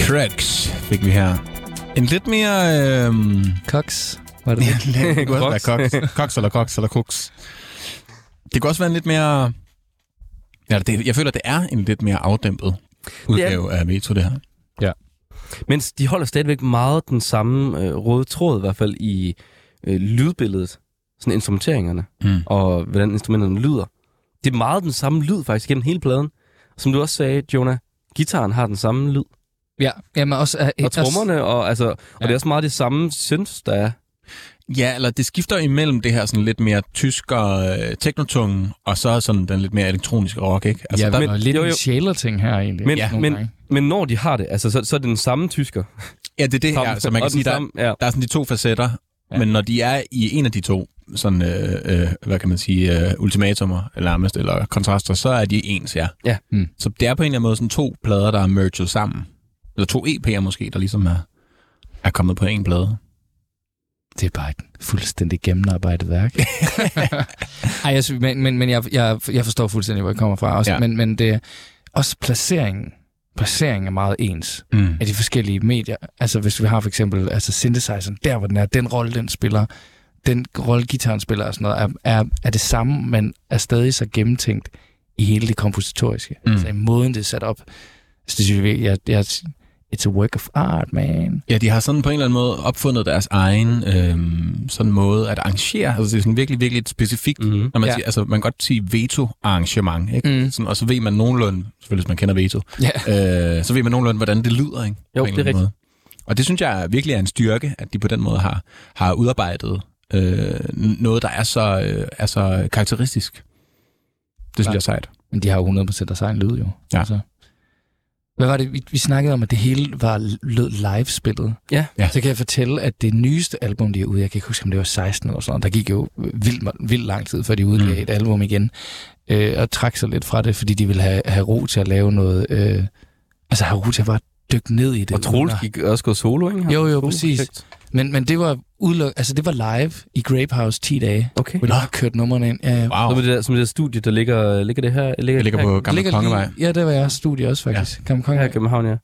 Trucks fik vi her. En lidt mere... Øhm... Cox, var det det? Ja, det kunne også være Cox. Cox eller Cox eller Cox. Det kunne også være en lidt mere... Ja, det, jeg føler, det er en lidt mere afdæmpet udgave af Veto, det her. Ja. Mens de holder stadigvæk meget den samme øh, røde tråd, i hvert fald i øh, lydbilledet, sådan instrumenteringerne, Mm. og hvordan instrumenterne lyder. Det er meget den samme lyd faktisk gennem hele pladen. Som du også sagde, Jonah, gitaren har den samme lyd. Ja, jamen også... Uh, Og trommerne, og, altså, og Ja. det er også meget det samme synth, der er. Ja, eller det skifter imellem det her sådan lidt mere tysk og øh, teknotunge, og så sådan den lidt mere elektroniske rock, ikke? Altså, ja, der- der er men- lidt jo, jo. en sjæler-ting her egentlig. Men, nogle men, gange. men når de har det, altså, så, så er det den samme tysker. Ja, det er det her, så man kan Og den sige, der, samme, ja. der er sådan de to facetter, ja. Men når de er i en af de to, sådan, øh, øh, hvad kan man sige, øh, ultimatumer, eller nærmest, eller kontraster, så er de ens, ja. Ja. Mm. Så det er på en eller anden måde sådan to plader, der er merged sammen. Eller to E P'er måske, der ligesom er, er kommet på en plade. Det er bare et fuldstændig gennemarbejdet værk. Ej, jeg, synes- men, men, men jeg, jeg, jeg forstår fuldstændig, hvor jeg kommer fra. Også, Ja. ja. men, men det er også placeringen. Placeringen er meget ens Mm. af de forskellige medier. Altså hvis vi har for eksempel altså synthesizeren, der hvor den er, den rolle, den spiller, den rolle, gitaren spiller og sådan noget, er, er, er det samme, men er stadig så gennemtænkt i hele det kompositoriske. Mm. Mm. Altså i måden, det er sat op. Altså, det synes jeg, jeg, jeg, it's a work of art, man. Ja, de har sådan på en eller anden måde opfundet deres egen øhm, sådan måde at arrangere. Altså det er sådan virkelig, virkelig et specifikt, Mhm. når man Ja. siger, altså man kan godt sige veto-arrangement, ikke? Mm. Sådan, og så ved man nogenlunde, selvfølgelig hvis man kender veto, Ja. øh, så ved man nogenlunde, hvordan det lyder, ikke? Jo, På en det er eller anden måde. Og det synes jeg virkelig er en styrke, at de på den måde har, har udarbejdet øh, noget, der er så, øh, er så karakteristisk. Det synes Ja. jeg er sejt. Men de har jo hundrede procent deres egen lyd, jo. Ja. Altså. Hvad var det? Vi, vi snakkede om, at det hele var lød live-spillet. Ja. Ja. Så kan jeg fortælle, at det nyeste album, de er ude, jeg kan ikke huske, om det var seksten eller sådan noget, der gik jo vildt, vildt lang tid, før de udgav Mm. et album igen, øh, og trak sig lidt fra det, fordi de ville have, have ro til at lave noget, øh, altså have ro til at bare dykke ned i det. Og Troels gik også gå solo, ikke? Jo, jo, Solo præcis. projekt. Men, men det var udeluk- altså det var live i Grape House ti dage, Okay. hvor de har kørt numrene ind. Ja, Wow. Så var det der, som det der studie, der ligger, ligger det her? Ligger Det ligger her, på Gamle ligger Kongevej. lige, ja, det var jeres studie også, faktisk. Ja. Gamle her i Kongevej. København, ja.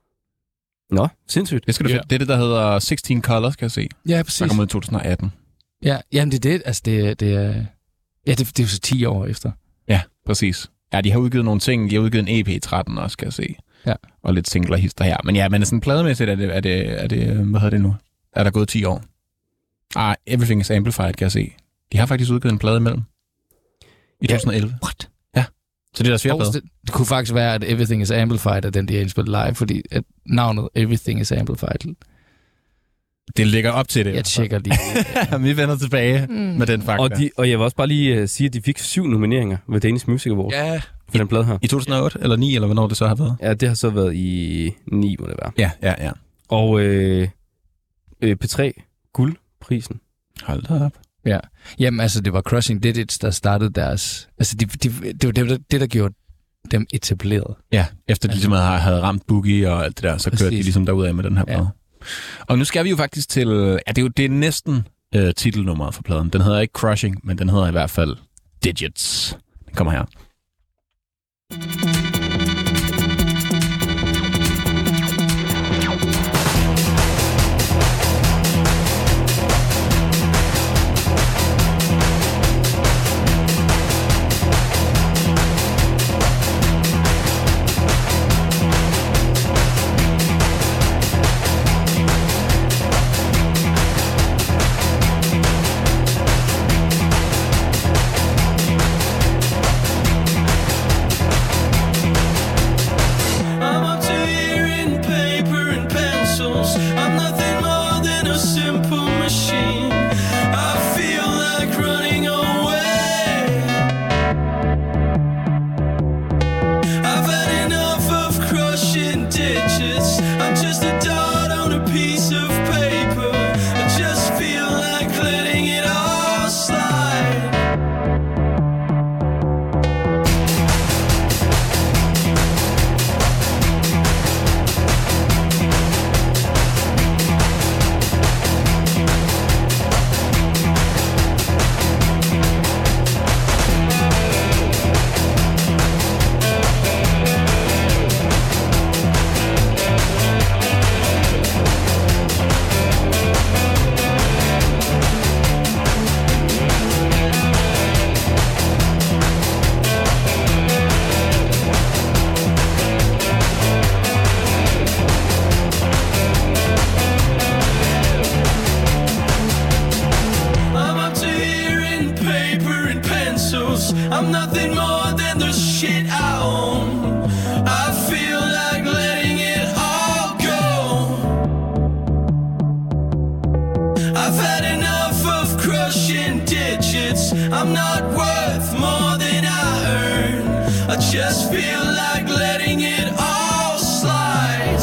Nå, sindssygt. Det, skal du Ja. yeah. det er det, der hedder seksten Colors, kan jeg se. Ja, Der præcis. kommer ud i to tusind atten. Ja, jamen det er det, altså det, det er, ja, det, det er jo så ti år efter. Ja, præcis. Ja, de har udgivet nogle ting. De har udgivet en E P i tretten også, kan jeg se. Ja. Og lidt singler hister her. Men ja, men sådan plademæssigt er det, er det, er det, hvad hedder det nu? Er der gået ti år? Ah, Everything is Amplified, kan jeg se. De har faktisk udgivet en plade imellem. I Ja. to tusind elleve. What? Ja. Så det er deres fjerde Og plade. det, det kunne faktisk være, at Everything is Amplified er den, de har indspillet live, fordi at navnet Everything is Amplified. Det ligger op til det. Jeg tjekker lige. Vi vender tilbage Mm. med den fakta. Og, de, og jeg vil også bare lige uh, sige, at de fik syv nomineringer ved Danish Music Awards Ja, for den plade her. I to tusind og otte eller ni, eller hvornår det så har været? Ja, det har så været i ni, må det være. Ja, ja, ja. Og øh, øh, P tre guldprisen. Hold da op. ja. Jamen altså, det var Crushing Digits, der startede deres... Altså, de, de, det var det, der- det, der gjorde dem etableret. Ja, efter de ligesom havde, havde ramt Boogie og alt det der, så kørte de Præcis. ligesom derudad med den her Ja. plade. Og nu skal vi jo faktisk til... Ja, det er jo det er næsten øh, titelnummeret for pladen. Den hedder ikke Crushing, men den hedder i hvert fald Digits. Den kommer her. just feel like letting it all slide.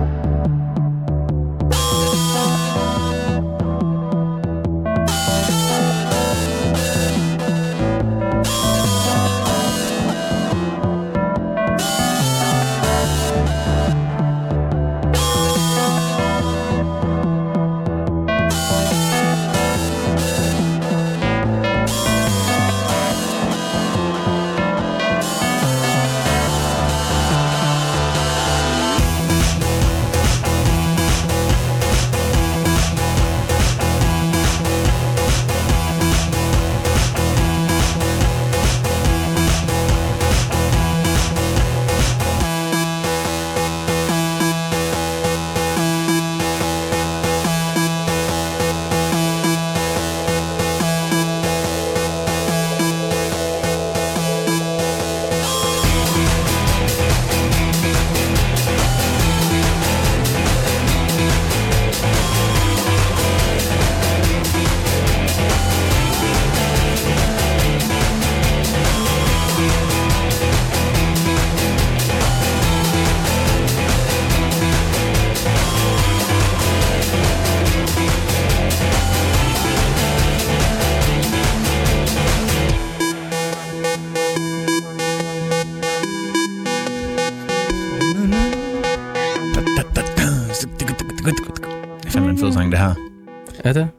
Det er fandme en fed sang, det her. Er det?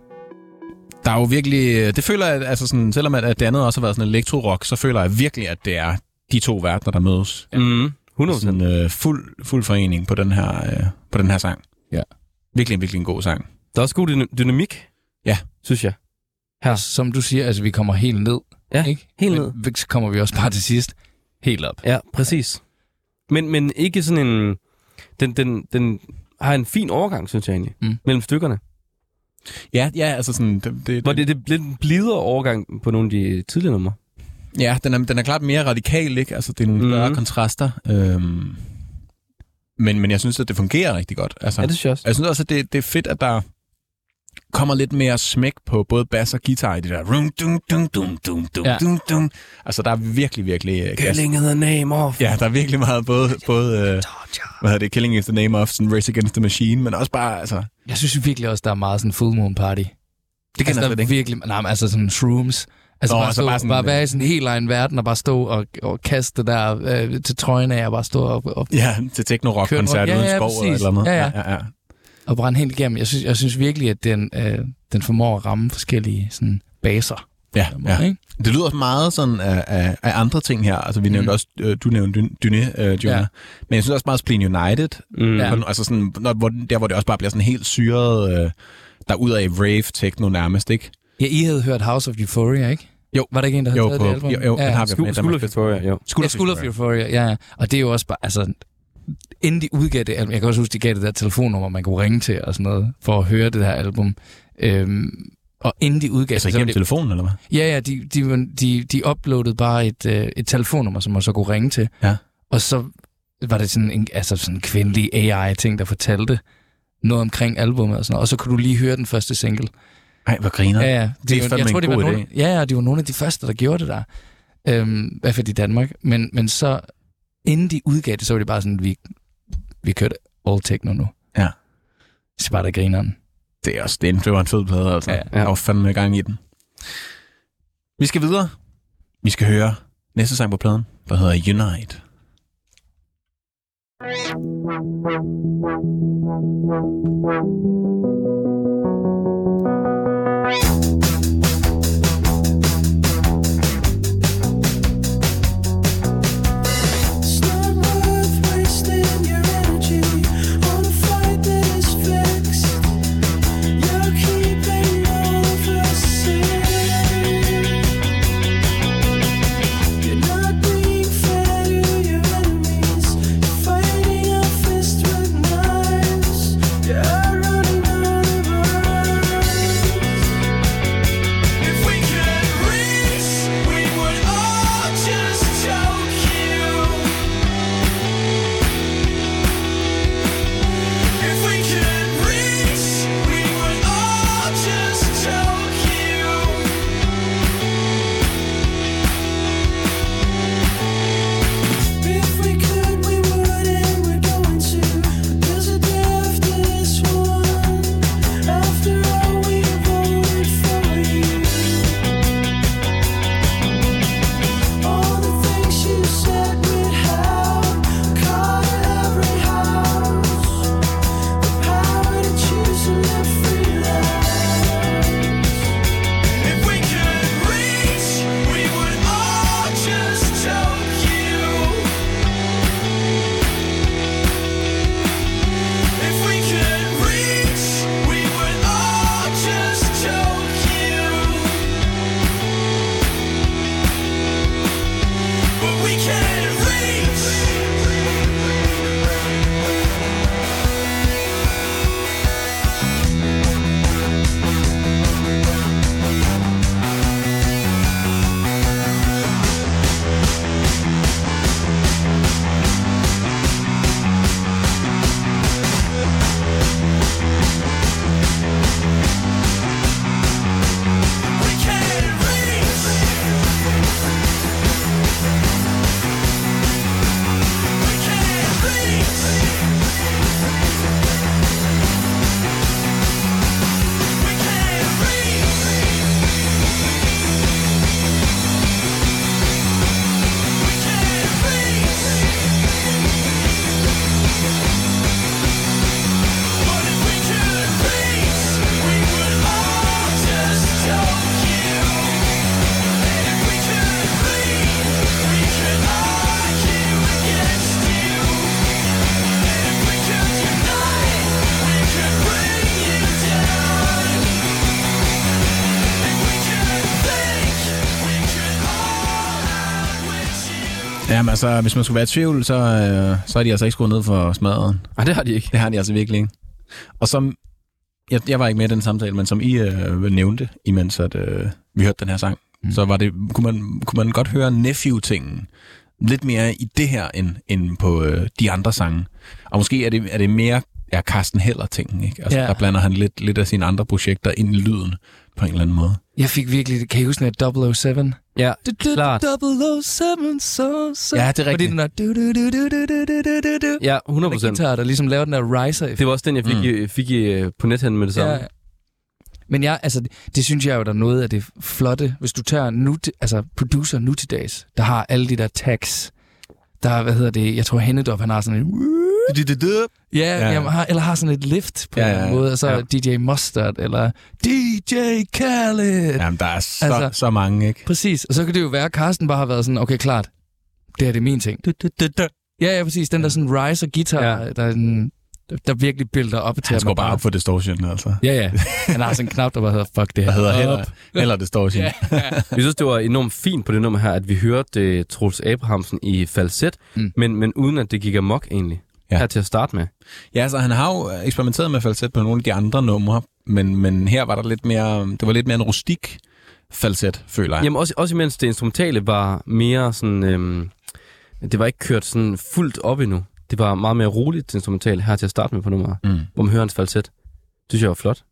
Der er jo virkelig... Det føler jeg, altså sådan, selvom at det andet også har været sådan en elektro-rock, så føler jeg virkelig, at det er de to verdener, der mødes. Ja. Mm, hundrede procent. Sådan en uh, fuld, fuld forening på den her, uh, på den her sang. Ja. Virkelig, virkelig en god sang. Der er også god dyna- dynamik. Ja. Synes jeg. Her. Som du siger, altså vi kommer helt ned. Ja, ikke? helt ned. Men så kommer vi også bare til sidst helt op. Ja, præcis. Men, men ikke sådan en... Den, den, den har en fin overgang, synes jeg egentlig, mm. mellem stykkerne. Ja, ja, altså sådan... Det, det, Hvor det, det er lidt en blidere overgang på nogle af de tidligere numre. Ja, den er, den er klart mere radikal, ikke? Altså, det er nogle større mm. kontraster. Øhm, men, men jeg synes, at det fungerer rigtig godt. Altså, ja, det synes jeg også. Jeg synes også, at det, det er fedt, at der kommer lidt mere smæk på både bass og guitar i det der. Rum, dum, dum, dum, dum, dum, ja. dum, dum. Altså, der er virkelig, virkelig... Killing in the name of... Ja, der er virkelig meget både... både øh, hvad hedder det? Killing in the name of sådan Race Against the Machine, men også bare... Altså, jeg synes virkelig også, der er meget sådan full moon party. Det kan altså, jeg slet ikke. Virkelig, nej, men altså sådan shrooms. Altså Nå, bare, altså stå, bare, bare, sådan, bare være i sådan en helt egen verden, og bare stå og, og kaste det der øh, til trøjen af, og bare stå og... og ja, til techno-rock-koncert ja, uden ja, skov præcis. eller noget. Ja, ja. ja, ja, ja. Og brænde helt igennem. Jeg synes, jeg synes virkelig, at den, øh, den formår at ramme forskellige sådan, baser. Ja, måde, ja. Ikke? Det lyder også meget sådan af, af, af andre ting her. Altså, vi nævnte mm. også, øh, du nævnte Dyné, øh, Jonah. Ja. Men jeg synes også meget Spleen United. Mm. Ja. Altså sådan, når, hvor, der hvor det også bare bliver sådan helt syret, øh, der ud af rave techno nærmest, ikke? Ja, I havde hørt House of Euphoria, ikke? Jo. Var der ikke en, der havde jo, taget på, det album? Jo, jo ja, den har vi School, med. School of Euphoria, jo. School, ja, School of Euphoria, ja, ja. Og det er jo også bare, altså... Inden de udgav det album, jeg kan også huske, de gav det der telefonnummer, man kunne ringe til og sådan noget, for at høre det her album. Øhm, og inden de udgav altså, det... Altså igennem telefonen, eller hvad? Ja, ja, de, de, de, de uploadede bare et, øh, et telefonnummer, som man så kunne ringe til. Ja. Og så var det sådan en, altså sådan en kvindelig A I-ting, der fortalte noget omkring albumet og sådan noget. Og så kunne du lige høre den første single. Ej, hvor griner. Ja, ja. Det, det er fandme en god idé. Nogle, ja, ja, de var nogle af de første, der gjorde det der. Øhm, I hvert fald i Danmark. Men, men så, inden de udgav det, så var det bare sådan, vi, vi kørte all techno nu. Ja. Så bare der grineren. Det er også, det, det var en fed plade, altså. Ja, ja. Jeg var fandme gang i den. Vi skal videre. Vi skal høre næste sang på pladen, der hedder Unite. Running altså, hvis man skulle være i tvivl, så, øh, så er de altså ikke skruet ned for smadren. Nej, det har de ikke. Det har de altså virkelig ikke. Og som, jeg, jeg var ikke med i den samtale, men som I øh, nævnte, imens at, øh, vi hørte den her sang, mm. så var det, kunne, man, kunne man godt høre Nephew-tingen lidt mere i det her, end, end på øh, de andre sange. Og måske er det, er det mere ja, Carsten Heller-tingen, ikke? Altså, ja. Der blander han lidt, lidt af sine andre projekter ind i lyden, på en eller anden måde. Jeg fik virkelig, kan I huske den double oh seven? Ja, klart. double oh seven, so, so. Ja, det er rigtigt. Fordi den der... Du, du, du, du, du, du, du, du. Ja, hundrede Den procent. guitar, der ligesom laver den der riser. Det var også den, jeg fik, mm. i, fik i, på nethænden med det samme. Ja. Men jeg, altså, det, det synes jeg jo, der er noget af det flotte. Hvis du tager nu til, altså, producer nu til dags, der har alle de der tags. Der, hvad hedder det, jeg tror Hennedorf, han har sådan en... Ja, Ja. Jamen, har, eller har sådan et lift på Ja, en ja, ja. måde, og så Ja. D J Mustard, eller D J Khaled. Jamen, der er så, Altså- altså, så mange, ikke? Præcis, og så kan det jo være, at Carsten bare har været sådan, okay, klart, det her det er min ting. Ja, ja, præcis, den der sådan riser guitar, Ja. ja. der, er en, der virkelig builder op til, Han at går man bare op for distortion, altså. Ja, ja. Han har sådan en knap, der bare hedder, fuck det her. Hvad hedder Op. heller, heller distortion. Ja. Jeg synes, det var enormt fint på det nummer her, at vi hørte uh, Troels Abrahamsen i falset, Mm. men, men uden at det gik amok egentlig. Ja. Ja. Her til at starte med. Ja, så han har jo eksperimenteret med falset på nogle af de andre numre, men, men her var der lidt mere, det var lidt mere en rustik falset, føler jeg. Jamen også, også imens det instrumentale var mere sådan, øhm, det var ikke kørt sådan fuldt op endnu. Det var meget mere roligt det instrumentale her til at starte med på nummeret, Mm. hvor man hører hans falset. Det synes jeg var flot.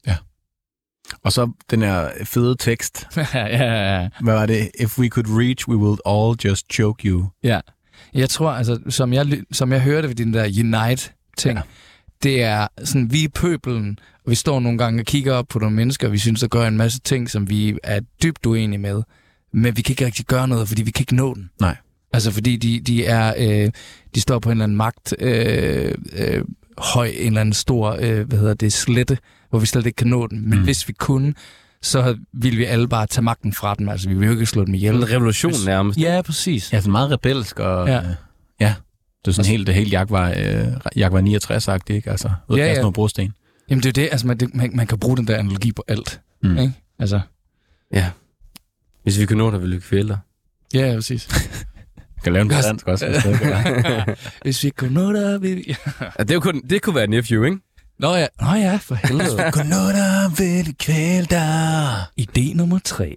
Og så den her fede tekst. ja, ja, ja. Hvad var det? If we could reach, we will all just choke you. Ja. Jeg tror, altså, som jeg, ly- som jeg hørte ved den der Unite-ting, Ja. ja. det er sådan, vi er pøbelen, og vi står nogle gange og kigger op på nogle mennesker, og vi synes, der gør en masse ting, som vi er dybt uenige med, men vi kan ikke rigtig gøre noget, fordi vi kan ikke nå den. Nej. Altså, fordi de, de er, øh, de står på en eller anden magt, øh, øh, høj, en eller anden stor, øh, hvad hedder det, slette, hvor vi slet ikke kan nå den. Men Mm. mm. hvis vi kunne, så ville vi alle bare tage magten fra dem. Altså, vi ville jo ikke slå dem ihjel. En revolution Hvis- nærmest. Ja, præcis. Ja, så meget rebelsk, og Ja. ja, øh, ja det er sådan helt, det helt Jaguar, øh, Jaguar niogtres-agtigt, ikke? Altså, ud Ja, af ja. ja, ja. brosten. Jamen, det er jo det. Altså, man, det, man, man kan bruge den der analogi på alt. Mm. Ikke? Altså, Ja. Hvis vi kunne nå det, ville vi kvæle dig. ja, ja, præcis. Jeg kan lave en på dansk også, hvis det er. Hvis vi kunne nå der, vil vi... Ja, det, kunne, det kunne være Nephew, ikke? Nå ja, Nå ja, for helvede. Kunne nå der, vil kvæle dig. Idé nummer tre.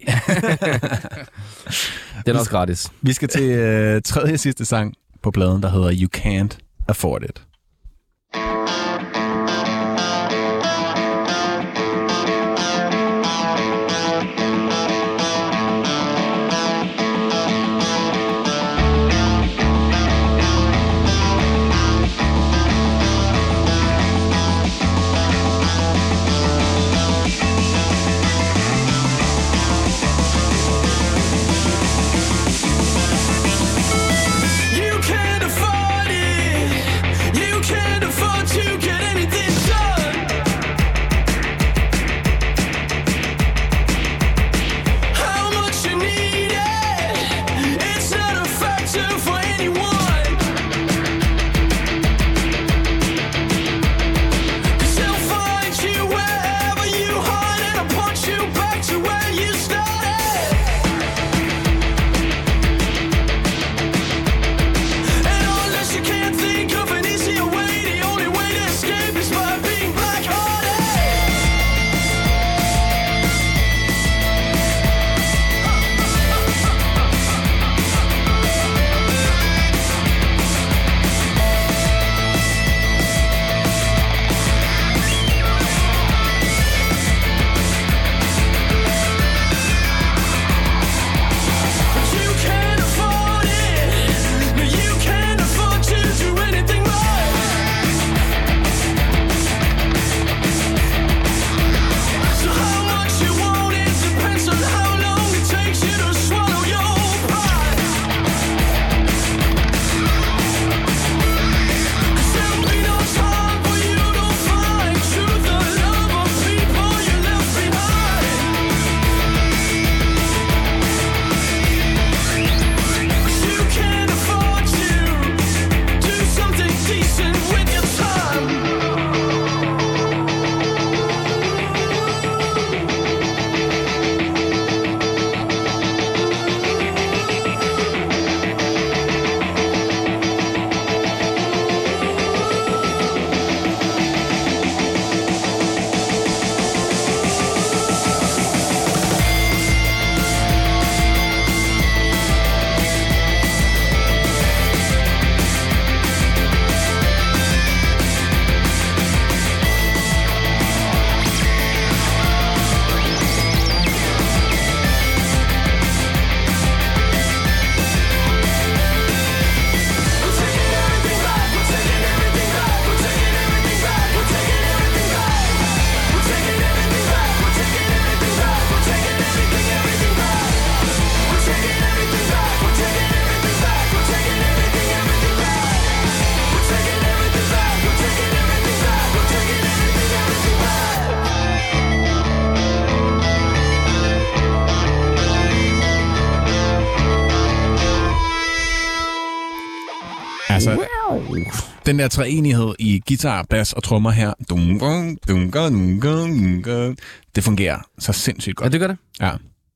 Den er også gratis. Vi skal til øh, tredje sidste sang på pladen, der hedder You Can't Afford It. You can't afford it. You Altså, den der treenighed i guitar, bass og trommer her, dun, dun, dun, dun, dun, dun, det fungerer så sindssygt Ja, godt. det gør det. Ja.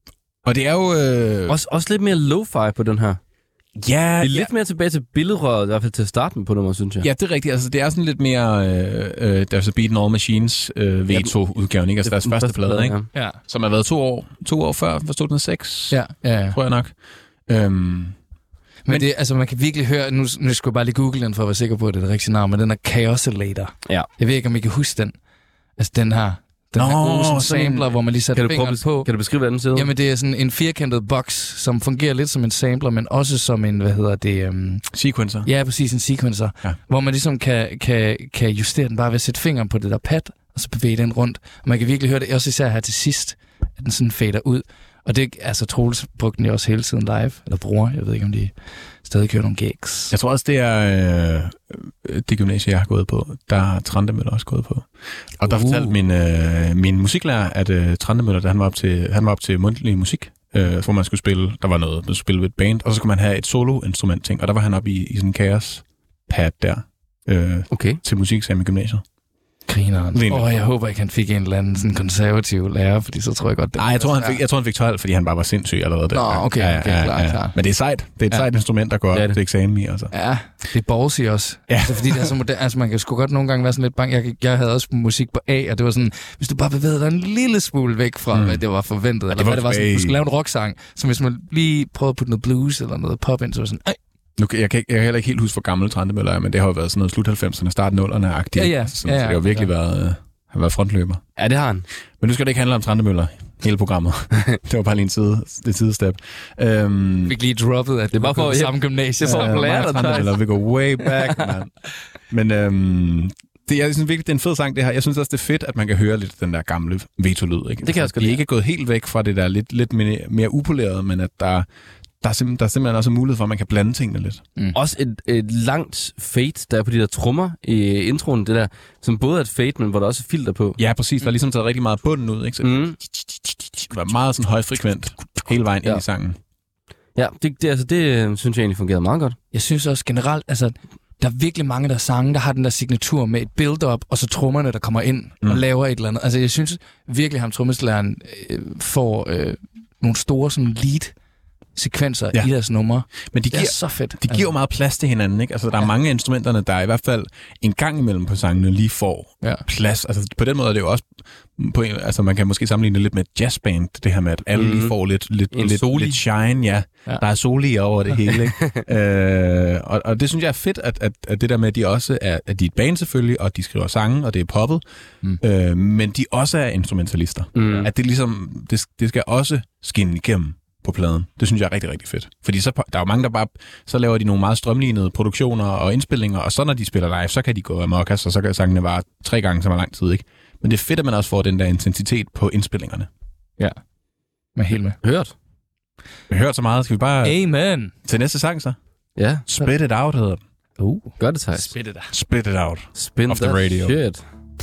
Og det er jo... Øh... Også, også lidt mere lo-fi på den her. Ja, Det er ja. lidt mere tilbage til billedrøret, i hvert fald til at starte med på nummer, synes jeg. Ja, det er rigtigt. Altså, det er sådan lidt mere øh, øh, There's a Beat in All Machines øh, V to-udgaven, ikke? Altså deres den første første plade, plade, ikke? Ja. Som har været to år, to år før, forstod den seks, Ja, ja, ja. tror jeg nok. Øhm, Men, men det, altså, man kan virkelig høre... Nu, nu skal jeg bare lige google den, for at være sikker på, at det er det rigtige navn, men den er Chaosilator. Ja. Jeg ved ikke, om I kan huske den. Altså, den her... Den Nå, her gode sådan sådan en- sampler, hvor man lige sætter Kan du, prøve, fingeren på. kan du beskrive, hvad den ser ud? Jamen, det er sådan en firkantet boks, som fungerer lidt som en sampler, men også som en, hvad hedder det... Um, sequencer. ja, præcis, en sequencer. Ja. Hvor man ligesom kan, kan, kan justere den bare ved at sætte fingeren på det der pad, og så bevæge den rundt. Og man kan virkelig høre det, også især her til sidst, at den sådan fader ud. Og det, altså, Troels brugte den jo også hele tiden live, eller bruger. Jeg ved ikke, om de stadig kører nogle gigs. Jeg tror også, det er øh, det gymnasie, jeg har gået på. Der har Trandemøller også gået på. Og der Uh. fortalte min, øh, min musiklærer, at øh, Trandemøller, da han var op til, han var op til mundtlig musik, øh, hvor man skulle spille, der var noget, man skulle spille ved et band, og så skulle man have et solo-instrument ting, og der var han oppe i, i sådan en kaos-pad der, øh, Okay. til musikeksamen i gymnasiet. Grineren. Lige nu. Åh, jeg håber ikke, han fik en eller anden sådan konservativ lærer, fordi så tror jeg godt... det- Nej, jeg tror, han fik, jeg tror, han fik tolv, fordi han bare var sindssyg allerede der. Nå, okay, okay, klart, klart. Men det er sejt. Det er et Ja. sejt instrument, der går Det er op det. til eksamen i, altså. Ja, det er ballsy også. Ja. Altså, fordi det er så moderne. Altså, man kan sgu godt nogle gange være sådan lidt bange. Jeg, jeg havde også musik på A, og det var sådan, hvis du bare bevægede dig en lille smule væk fra, Mm. mm. hvad det var forventet. Eller det var hvad det var sådan, tilbage du i- skulle lave en rocksang. Så hvis man lige prøvede at putte noget blues eller noget pop ind, så var det sådan, ej, Nu, kan- jeg, kan, ikke- jeg kan heller ikke helt huske, hvor gammel Trandemøller er, men det har jo været sådan noget slut halvfemserne, start nullerne-agtigt. Ja, ja. Så, Ja, ja. så det har jo virkelig været, øh, har været frontløber. Ja, det har han. Men nu skal det ikke handle om Trandemøller, hele programmet. Det var bare lige en side, et sidestep. Øhm, fik lige droppet, at det er bare var for- på samme gymnasie. Det er for- Så, at lære mig og dig, Trandemøller, vi går way back, mand. Men øhm, det, jeg synes virkelig, det er en fed sang, det her. Jeg synes også, det er fedt, at man kan høre lidt den der gamle veto-lyd. Ikke? Det kan jeg også godt Vi er lide. ikke gået helt væk fra det der lidt, lidt mere, mere upoleret, men at der, der, er simpelthen, der er simpelthen også mulighed for, at man kan blande tingene lidt. Også et, et langt fade, der er på de der trommer i introen, det der, som både er et fade, men hvor der også er filter på. Ja, præcis. Der er ligesom taget rigtig meget bunden ud, ikke? Så Mm. det var meget sådan højfrekvent hele vejen Ja. ind i sangen. Ja, det, det, altså, det øh, synes jeg egentlig fungerede meget godt. jeg synes også generelt, altså, der er virkelig mange der sange, der har den der signatur med et build-up, og så trommerne, der kommer ind mm. og laver et eller andet. Altså, jeg synes virkelig, ham trommeslageren øh, får øh, nogle store sådan lead-sekvenser Ja. i deres numre. Men de Det er giver, så fedt. de giver jo meget plads til hinanden, ikke? Altså, der er Ja. mange af instrumenterne, der i hvert fald en gang imellem på sangene lige får Ja. plads. Altså, på den måde er det jo også... På, en- altså, man kan måske sammenligne det lidt med et jazzband, det her med, at alle mm. lige Mhm. får lidt, lidt, En lidt, soli. lidt shine, ja. Ja. Der er soli over det hele, ikke? øh, og, og det synes jeg er fedt, at, at, at det der med, at de også er, at de er et band selvfølgelig, og de skriver sange, og det er poppet, Mm. øh, men de også er instrumentalister. Mm. At det ligesom, det, det skal også skinne igennem på pladen. Det synes jeg er rigtig, rigtig fedt. Fordi så, der er jo mange, der bare, så laver de nogle meget strømlignede produktioner og indspillinger, og så når de spiller live, så kan de gå amok, og så kan sangene vare tre gange så lang tid, ikke? Men det er fedt, at man også får den der intensitet på indspillingerne. Ja, men helt med. Hørt. Vi har hørt så meget, skal vi bare Amen. til næste sang så? Ja. Spit It Out hedder den. Uh. Gør det, Thijs. Spit it out. Spit It Out. Spin Off the that radio. shit.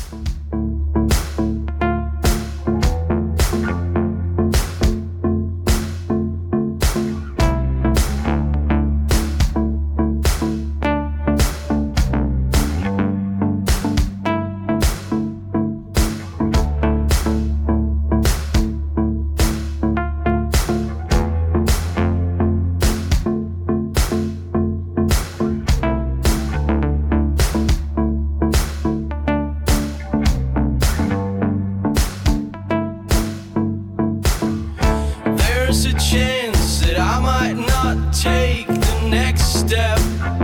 There's a chance that I might not take the next step.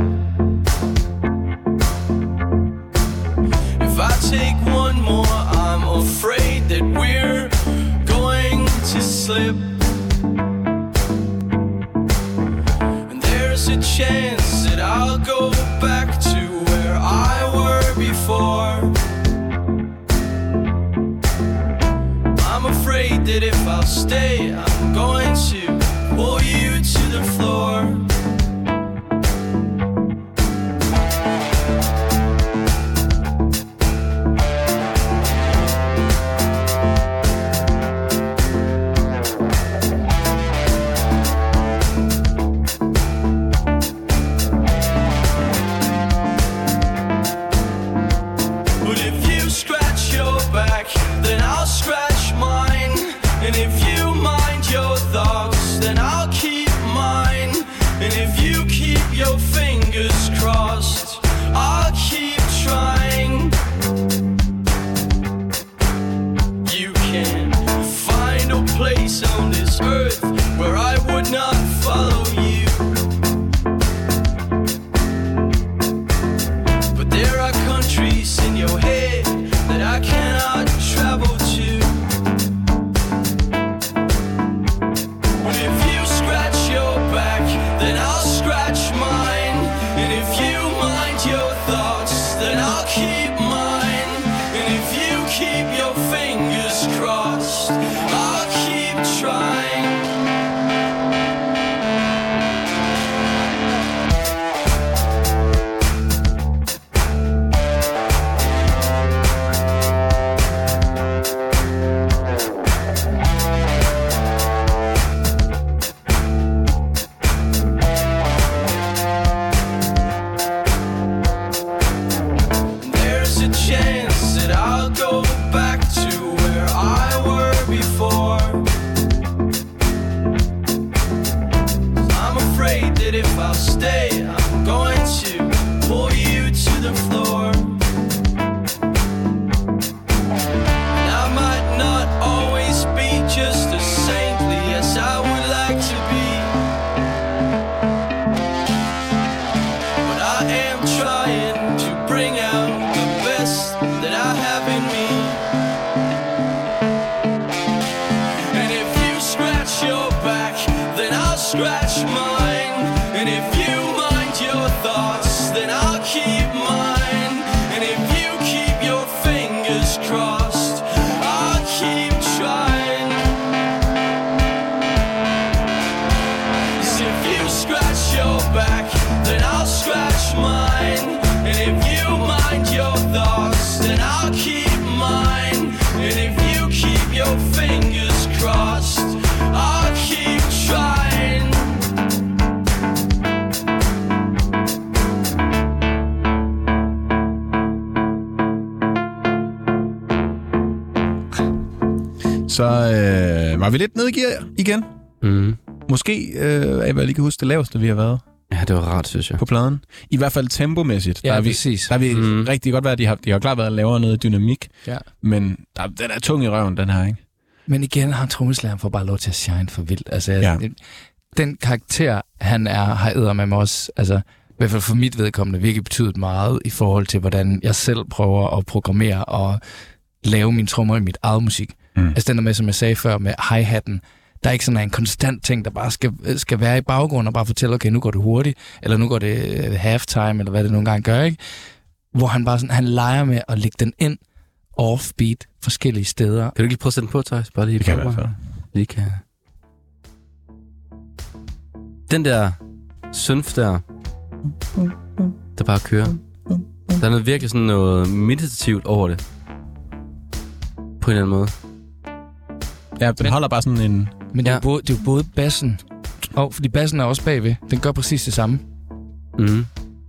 If I take one more, I'm afraid that we're going to slip. And there's a chance that I'll go back to where I were before. I'm afraid that if I'll stay, I'm going to pull you to the floor. scratch your back, then I'll scratch mine. And if you mind your thoughts, then I'll keep mine. And if you keep your fingers crossed, I'll keep trying. You can find a place on this earth where I would not follow you. But there are countries in your head that I cannot travel to. But if you scratch your back, then I'll scratch mine. And if you mind your thoughts, then I'll keep mine. And if you keep your fingers crossed, I'll keep trying. There's a chance that I'll go back to where I were before. I'm afraid that if I'll stay, I'm going to pull you to the floor. And I might not always be just as saintly as I would like to be, but I am trying to bring out the best that I have in me. And if you scratch your back, then I'll scratch mine. And if you mind your thoughts, then I'll keep mine. And if you keep your fingers crossed, I'll keep trying. 'Cause if you scratch your back, then I'll scratch mine. And if you mind your thoughts, then I'll keep mine. And if you keep your fingers crossed, I'll keep trying. Så øh, var vi lidt nede i gear igen. Mm. Måske, øh, jeg vil lige kan huske det laveste, vi har været Ja, det var rart, synes jeg. på pladen. I hvert fald tempomæssigt. Ja, der er vi, præcis. Der er vi Mm. mm. rigtig godt været, de har, de har klart været lavere noget dynamik, Ja. men der, den er tung i røven, den her, ikke? Men igen, han trommeslageren får bare lov til at shine for vildt. Altså, Ja. ja. Den karakter, han er, har eddermame også, altså, i hvert fald for mit vedkommende, virkelig betydet meget i forhold til, hvordan jeg selv prøver at programmere og lave mine trommer i mit eget musik. Mm. Altså den der med, som jeg sagde før, med hi-hatten, der er ikke sådan en konstant ting, der bare skal, skal være i baggrunden og bare fortælle, okay, nu går det hurtigt, eller nu går det halftime, eller hvad det nogle gange gør, ikke? Hvor han bare sådan, han leger med at lægge den ind offbeat forskellige steder. Kan du ikke lige prøve at sætte den på, Thijs? Bare lige Det kan jeg i prøve hvert fald. mig. Lige kan. Den der synth der, der bare kører. Der er noget virkelig sådan noget meditativt over det. På en eller anden måde. Ja, den Men- holder bare sådan en... Men det er, Ja. jo både, det er jo både bassen, og fordi bassen er også bagved. Den gør præcis det samme. Mm.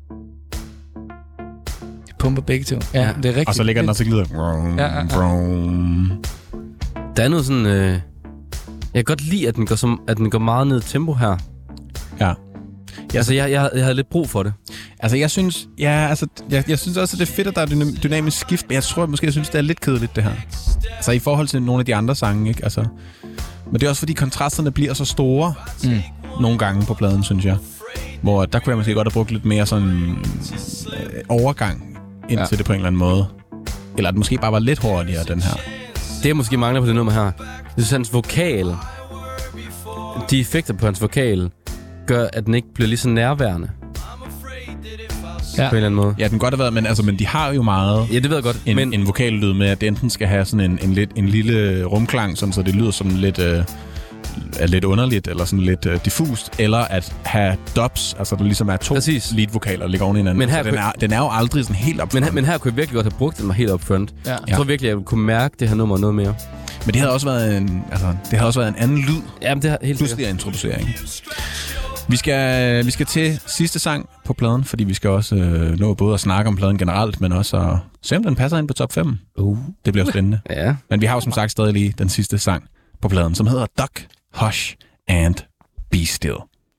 De pumper begge to. Ja, Ja. det er rigtigt. Og så ligger den også ikke lyder. Ja, ja, ja. Der er noget sådan... Øh... Jeg kan godt lide, at den går, som, at den går meget ned i tempo her. Ja. Altså, jeg, jeg, jeg havde lidt brug for det. Altså, jeg synes, ja, altså, jeg, jeg synes også, at det er fedt, at der er dynam- dynamisk skift, men jeg tror måske, jeg synes, det er lidt kedeligt, det her. Altså, i forhold til nogle af de andre sange, ikke? Altså, men det er også, fordi kontrasterne bliver så store Mm. nogle gange på pladen, synes jeg. Hvor der kunne jeg måske godt have brugt lidt mere sådan øh, overgang ind Ja. til det på en eller anden måde. Eller at det måske bare var lidt hurtigere, den her. Det, jeg måske mangler på det nummer her, det er hans vokal. De effekter på hans vokal gør, at den ikke bliver lige så nærværende. Ja. På en eller anden måde. Ja, den kunne godt have været, men, altså, men de har jo meget Ja, det ved jeg godt. en, men en vokallyd med, at det enten skal have sådan en, en, lidt, en lille rumklang, sådan, så det lyder sådan lidt, øh, er lidt underligt, eller sådan lidt øh, diffust, eller at have dubs, altså der ligesom er to Præcis. lead-vokaler, der ligger oven i hinanden. Men her Så den, kunne- er, den er jo aldrig sådan helt op men, her, men her kunne jeg virkelig godt have brugt den mig helt up front. Ja. Jeg tror virkelig, jeg ville kunne mærke det her nummer noget mere. Men det havde også været en, altså, det havde også været en anden lyd, Jamen, det er helt pludselig at introducere, ikke? Vi skal, vi skal til sidste sang på på pladen, fordi vi skal også øh, nå både at snakke om pladen generelt, men også at se, om den passer ind på top fem. Uh. Det bliver spændende. Ja. Men vi har jo som sagt stadig lige den sidste sang på pladen, som hedder Duck, Hush and Be Still.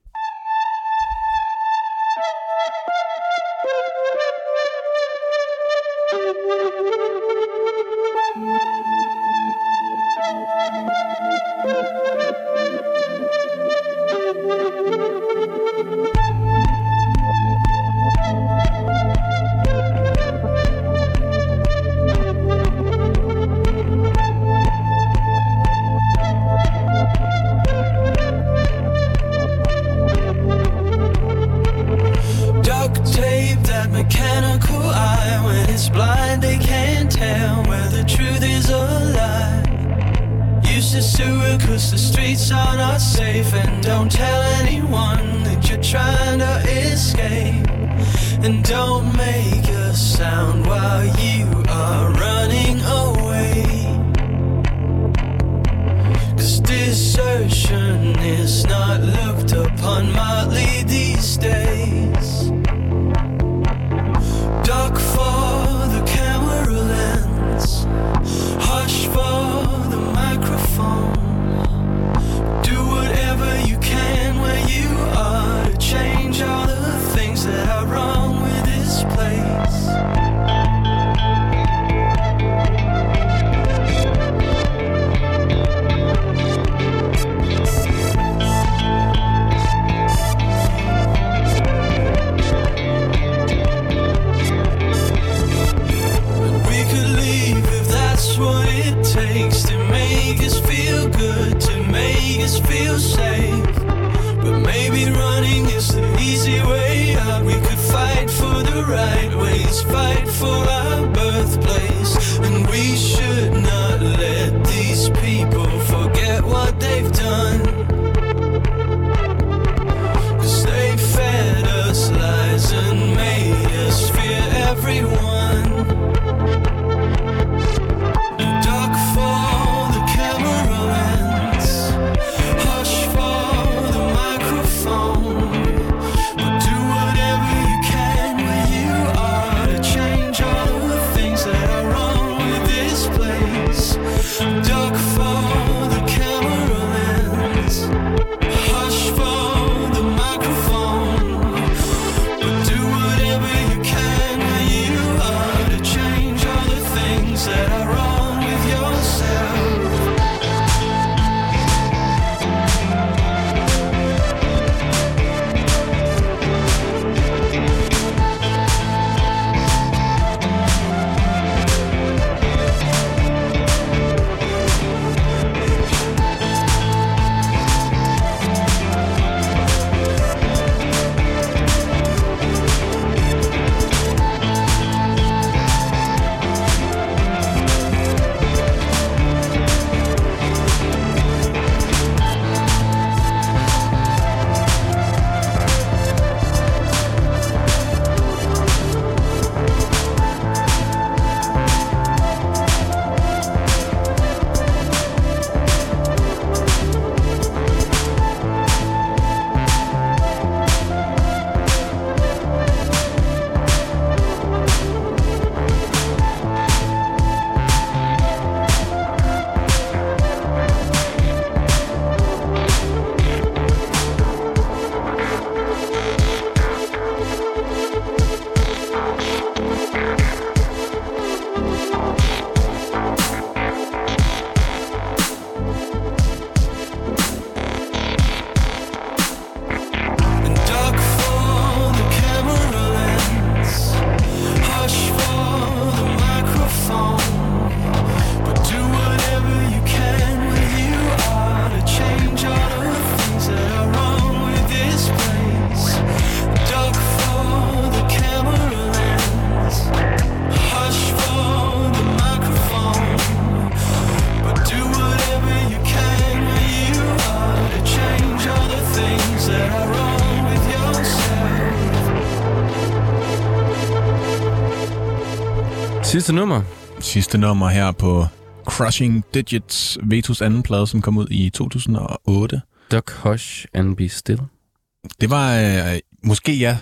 Sidste nummer. Sidste nummer her på Crushing Digits, Vetus anden plade, som kom ud i to tusind og otte. Duck, Hush and Be Still. Det var øh, måske, ja,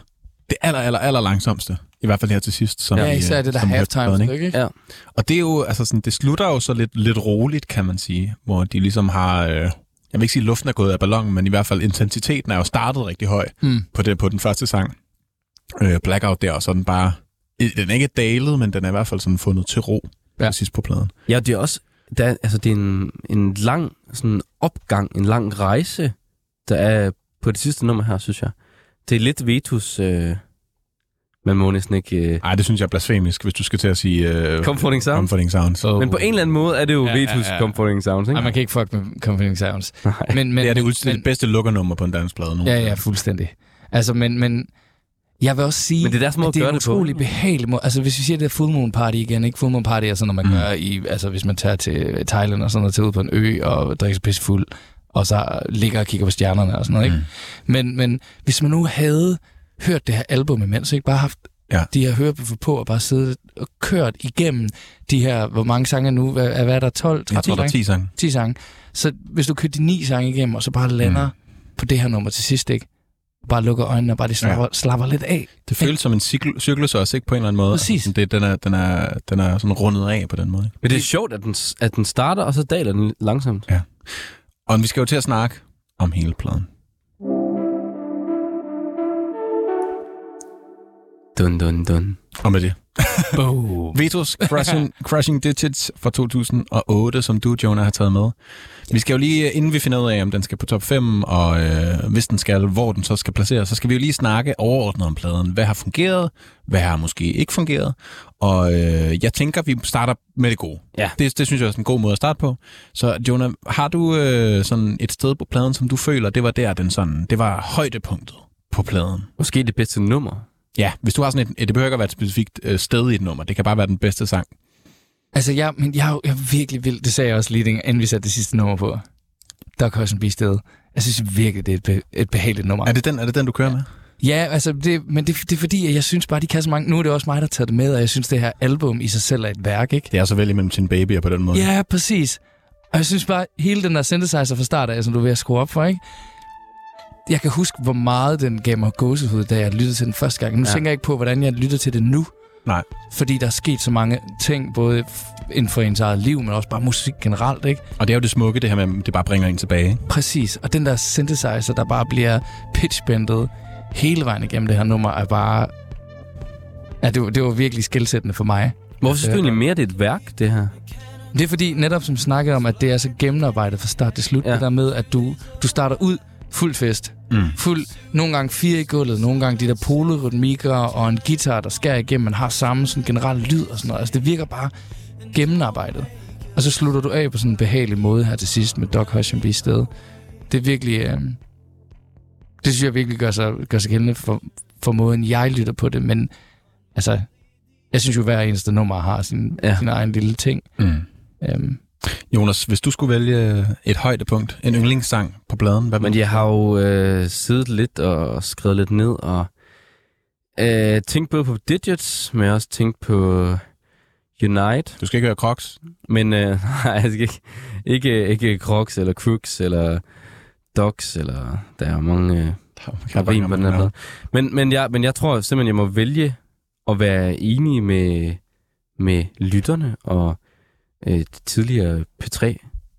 det aller, aller, aller langsomste. I hvert fald her til sidst. Som Ja, vi, især øh, det der som vi hørte på pladen, halftime, ikke? Ja. Og det er jo, altså sådan, det slutter jo så lidt, lidt roligt, kan man sige, hvor de ligesom har, øh, jeg vil ikke sige, at luften er gået af ballonen, men i hvert fald intensiteten er jo startet rigtig høj Mm. på, det, på den første sang. Øh, Blackout der, og så er den bare, den er ikke dalet, men den er i hvert fald sådan fundet til ro Ja. ja. sidst på pladen. Ja, det er også, der, altså det er en, en lang sådan opgang, en lang rejse, der er på det sidste nummer her, synes jeg. Det er lidt Vetus, øh, man må næsten ikke... Øh, Ej, det synes jeg er blasfemisk, hvis du skal til at sige... Øh, Comforting Sound. Comforting Sounds. Oh. Men på en eller anden måde er det jo Ja, Vetus ja, ja. Comforting Sounds, ikke? Ej, man kan ikke fuck med Comforting Sounds. Nej. Men, men, Det er det, men, udst- det bedste lukkernummer på en dansk plade nu. Ja, ja, fuldstændig. Altså, men, men jeg vil også sige, Men det er deres måde at at det er gøre en det på. utrolig behagelig måde. Altså, hvis vi siger det er Full Moon Party igen, ikke? Full Moon Party er sådan, når man mm. gør i, altså hvis man tager til Thailand og sådan noget, tager ud på en ø og drikker sig pisse fuld, og så ligger og kigger på stjernerne og sådan noget, ikke? Mm. Men, men hvis man nu havde hørt det her album imens, ikke bare haft Ja. de her hørebøffer på og bare siddet og kørt igennem de her, hvor mange sange nu, hvad, hvad er der, tolv, tretten Jeg tror, der er ti sange. ti sange. Så hvis du kører de ni sange igennem, og så bare lander mm. på det her nummer til sidst, ikke? Bare lukker øjnene og bare de slapper, ja. slapper lidt af. Det føles som en cykel- cyklus også, ikke? På en eller anden måde. Præcis. Altså, det, den, er, den, er, den er sådan rundet af på den måde. Ikke? Men det er sjovt, at den, at den starter, og så daler den langsomt. Ja. Og vi skal jo til at snakke om hele pladen. Dun, dun, dun. Og med det. Boom. Vetus Crushing, Crushing Digits fra to tusind og otte, som du, Jonah, har taget med. Vi skal jo lige, inden vi finder ud af, om den skal på top fem, og øh, hvis den skal, hvor den så skal placeres, så skal vi jo lige snakke overordnet om pladen. Hvad har fungeret? Hvad har måske ikke fungeret? Og øh, jeg tænker, vi starter med det gode. Ja. Det, det synes jeg er en god måde at starte på. Så Jonah, har du øh, sådan et sted på pladen, som du føler, det var der, den sådan, det var højdepunktet på pladen? Måske det bedste nummer. Ja, hvis du har sådan et, det behøver ikke at være et specifikt øh, sted i et nummer. Det kan bare være den bedste sang. Altså, jeg, men jeg, er jo- jeg er virkelig vild. Det sagde jeg også lige, inden vi satte det sidste nummer på. Doc Hussenby sted. Jeg synes virkelig, det er et, be, et behageligt nummer. Er det den, er det den du kører med? Ja, altså, det, men det, det er fordi, at jeg synes bare, de kan så mange... Nu er det også mig, der tager det med, og jeg synes, det her album i sig selv er et værk, ikke? Det er så vel imellem sine babyer på den måde. Ja, præcis. Og jeg synes bare, hele den der synthesizer fra start af, som du er ved at skrue op for, ikke? Jeg kan huske, hvor meget den gav mig gåsehud, da jeg lyttede til den første gang. Nu ja. tænker jeg ikke på, hvordan jeg lytter til det nu. Nej. Fordi der er sket så mange ting, både inden for ens eget liv, men også bare musik generelt, ikke? Og det er jo det smukke, det her med, at det bare bringer en tilbage. Ikke? Præcis. Og den der synthesizer, der bare bliver pitchbendet hele vejen igennem det her nummer, er bare... Ja, det var, det var virkelig skelsættende for mig. Hvorfor synes du egentlig mere, det er et værk, det her? Det er fordi, netop som snakkede om, at det er så gennemarbejdet fra start til slut. Ja. Det der med, at du, du starter ud fuld fest. Mm. Fuld, nogle gange fire i gulvet, nogle gange de der polorytmikker og en guitar, der skærer igennem. Man har samme sådan generel lyd og sådan noget. Altså, det virker bare gennemarbejdet. Og så slutter du af på sådan en behagelig måde her til sidst med Doc Hussenby sted. Det er virkelig... Øh, det synes jeg virkelig gør sig, gør sig gældende for, for måden, jeg lytter på det. Men altså, jeg synes jo, hver eneste nummer har sin, Ja. sin egen lille ting. Mm. Øhm, Jonas, hvis du skulle vælge et højdepunkt, en yndlingssang på pladen, hvad Men ville jeg har jo øh, siddet lidt og skrevet lidt ned, og øh, tænkt både på Digits, men også tænkt på Unite. du skal ikke høre Crocs? Men øh, nej, jeg skal ikke, ikke, ikke Crocs eller Crooks eller Dogs, eller der er mange... Øh, Der er rim på den her plade. Men, men, jeg, men jeg tror simpelthen, jeg må vælge at være enig med, med lytterne og øh, tidligere P tre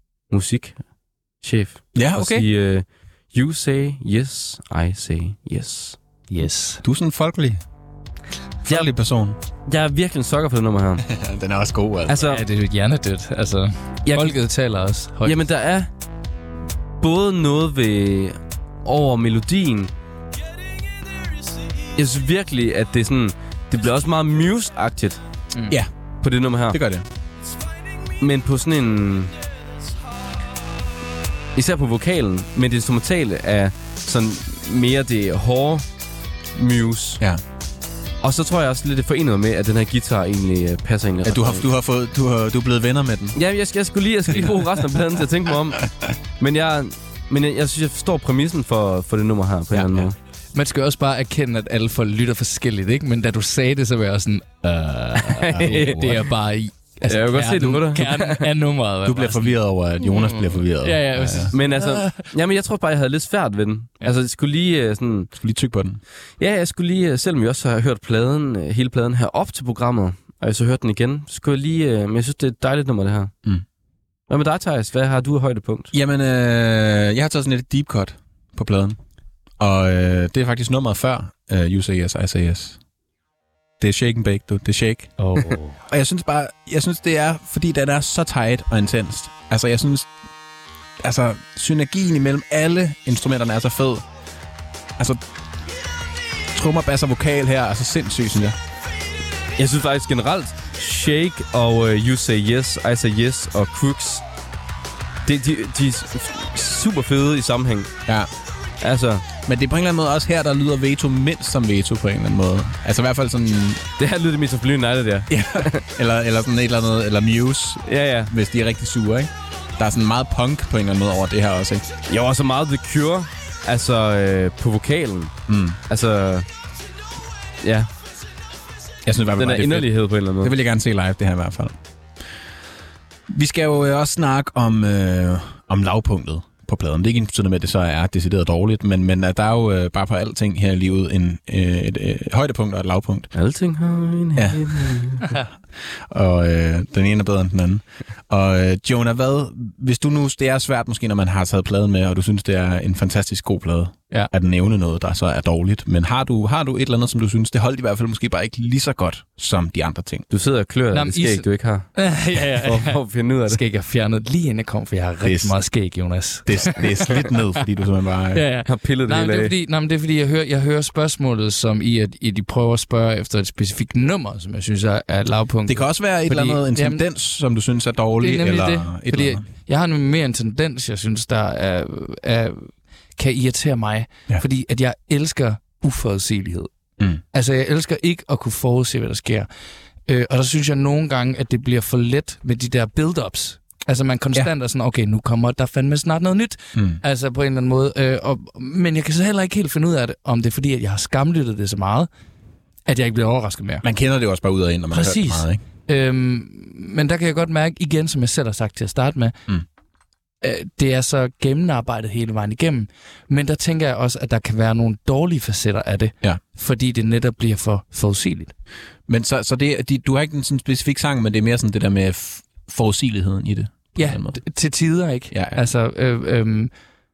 musikchef. Ja, Og okay. sige, uh, you say yes, I say yes. yes. Du er sådan en folkelig, folkelig person. Jeg er virkelig en sokker for det nummer her. Den er også god, altså. Altså, Ja, det er jo hjernedødt. Altså, jeg, folket taler også højt. jamen, der er både noget ved over melodien. Jeg synes virkelig, at det er sådan... Det bliver også meget Muse-agtigt Mm. Ja, på det nummer her. det gør det. Men på sådan en... Især på vokalen, men det instrumentale er sådan mere det hårde Muse. Ja. Og så tror jeg også lidt, det forenet med, at den her guitar egentlig øh, passer egentlig. Ja, du har, ret du har fået, du har, du er blevet venner med den. Ja, jeg skal, jeg skulle lige, jeg skal lige bruge resten af pladen til at tænke mig om. Men jeg, men jeg, jeg synes, jeg forstår præmissen for, for det nummer her på en Ja, eller anden ja. måde. Man skal også bare erkende, at alle folk lytter forskelligt, ikke? Men da du sagde det, så var jeg også sådan... Øh, det er bare i Altså, jeg kan godt se det på dig. Kernen af nummeret. Du bliver forvirret over, at Jonas bliver forvirret. Ja, ja. ja, ja. Men altså, jamen, jeg tror bare, jeg havde lidt svært ved den. Ja. Altså, jeg skulle lige uh, sådan... Du skal lige tykke på den. Ja, jeg skulle lige, uh, selvom jeg også har hørt pladen, uh, hele pladen her op til programmet, og jeg så hørte den igen, så skulle jeg lige... Uh, men jeg synes, det er et dejligt nummer, det her. Mm. Hvad med dig, Thijs? Hvad har du af højdepunkt? Jamen, øh, jeg har taget sådan et deep cut på pladen. Og øh, det er faktisk nummeret før uh, You Say Yes, I Say Yes. Det er Shake and Bake, du. Det er Shake. Oh. Og jeg synes bare, jeg synes, det er, fordi den er så tight og intenst. Altså, jeg synes, altså, synergien imellem alle instrumenterne er så fed. Altså, trommer, bass og vokal her er så sindssygt, synes jeg. Jeg synes faktisk generelt, Shake og uh, You Say Yes, I Say Yes og Crooks, de, de, de er super fede i sammenhæng. Ja. Altså, Men det er på en eller anden måde også her, der lyder Veto mindst som Veto på en eller anden måde. Altså i hvert fald sådan... det her lyder det mest som Blue United, der. Ja, eller, eller sådan et eller andet, eller Muse, Ja, ja. hvis de er rigtig sure, ikke? Der er sådan meget punk på en eller anden måde over det her også, ikke? Jeg var også meget The Cure, altså øh, på vokalen. Mm. Altså, ja, Jeg synes i hvert fald, den bare, er det er fedt. inderlighed på en eller anden måde. Det vil jeg gerne se live, det her i hvert fald. Vi skal jo øh, også snakke om, øh, om lavpunktet på pladen. Det er ikke ensbetydende med, at det så er decideret dårligt, men, men der er jo øh, bare på alting her i livet en, øh, et øh, højdepunkt og et lavpunkt. Alting har en Ja. ja. Og øh, den ene er bedre end den anden. Og øh, Jonah, hvad, hvis du nu, det er svært måske, når man har taget pladen med, og du synes, det er en fantastisk god plade, Ja. at nævne noget, der så er dårligt. Men har du, har du et eller andet, som du synes, det holdt i hvert fald måske bare ikke lige så godt, som de andre ting? Du sidder og klør Nå, af men det skæg, I- du ikke har. ja, ja, ja. For, for at finde ud af det. Skæg jeg fjernet lige inden jeg kom, for jeg har rigtig er- meget skæg, Jonas. Det, det er slidt ned, fordi du simpelthen bare... Ja, ja. Jeg har pillet det Nej, men hele det er af. fordi, nej, men det er fordi jeg hører, jeg hører spørgsmålet som i, at I, de prøver at spørge efter et specifikt nummer, som jeg synes er, er lavpunkt. Det kan også være et Fordi- eller andet, en jamen, tendens, som du synes er dårlig, det er nemlig eller det, et fordi eller andet. jeg har nemlig mere en tendens, jeg synes, der er, er, kan irritere mig, Ja. ja. fordi at jeg elsker uforudsigelighed. Mm. Altså, jeg elsker ikke at kunne forudse, hvad der sker. Øh, og der synes jeg nogle gange, at det bliver for let med de der build-ups. Altså, man konstant ja. er sådan, okay, nu kommer der fandme snart noget nyt. Mm. Altså, på en eller anden måde. Øh, og, men jeg kan så heller ikke helt finde ud af det, om det er fordi, at jeg har skamlyttet det så meget, at jeg ikke bliver overrasket mere. Man kender det jo også bare ud af ind, når man Præcis. har hørt det meget, ikke? Øhm, men der kan jeg godt mærke, igen, som jeg selv har sagt til at starte med, Mm. øh, det er så gennemarbejdet hele vejen igennem. Men der tænker jeg også, at der kan være nogle dårlige facetter af det, Ja. fordi det netop bliver for forudsigeligt. Men så, så det, de, du har ikke en sådan specifik sang, men det er mere sådan det der med f- forudsigeligheden i det. på en Ja, eller anden måde. t- til tider, ikke? Ja, ja. Altså, øh, øh,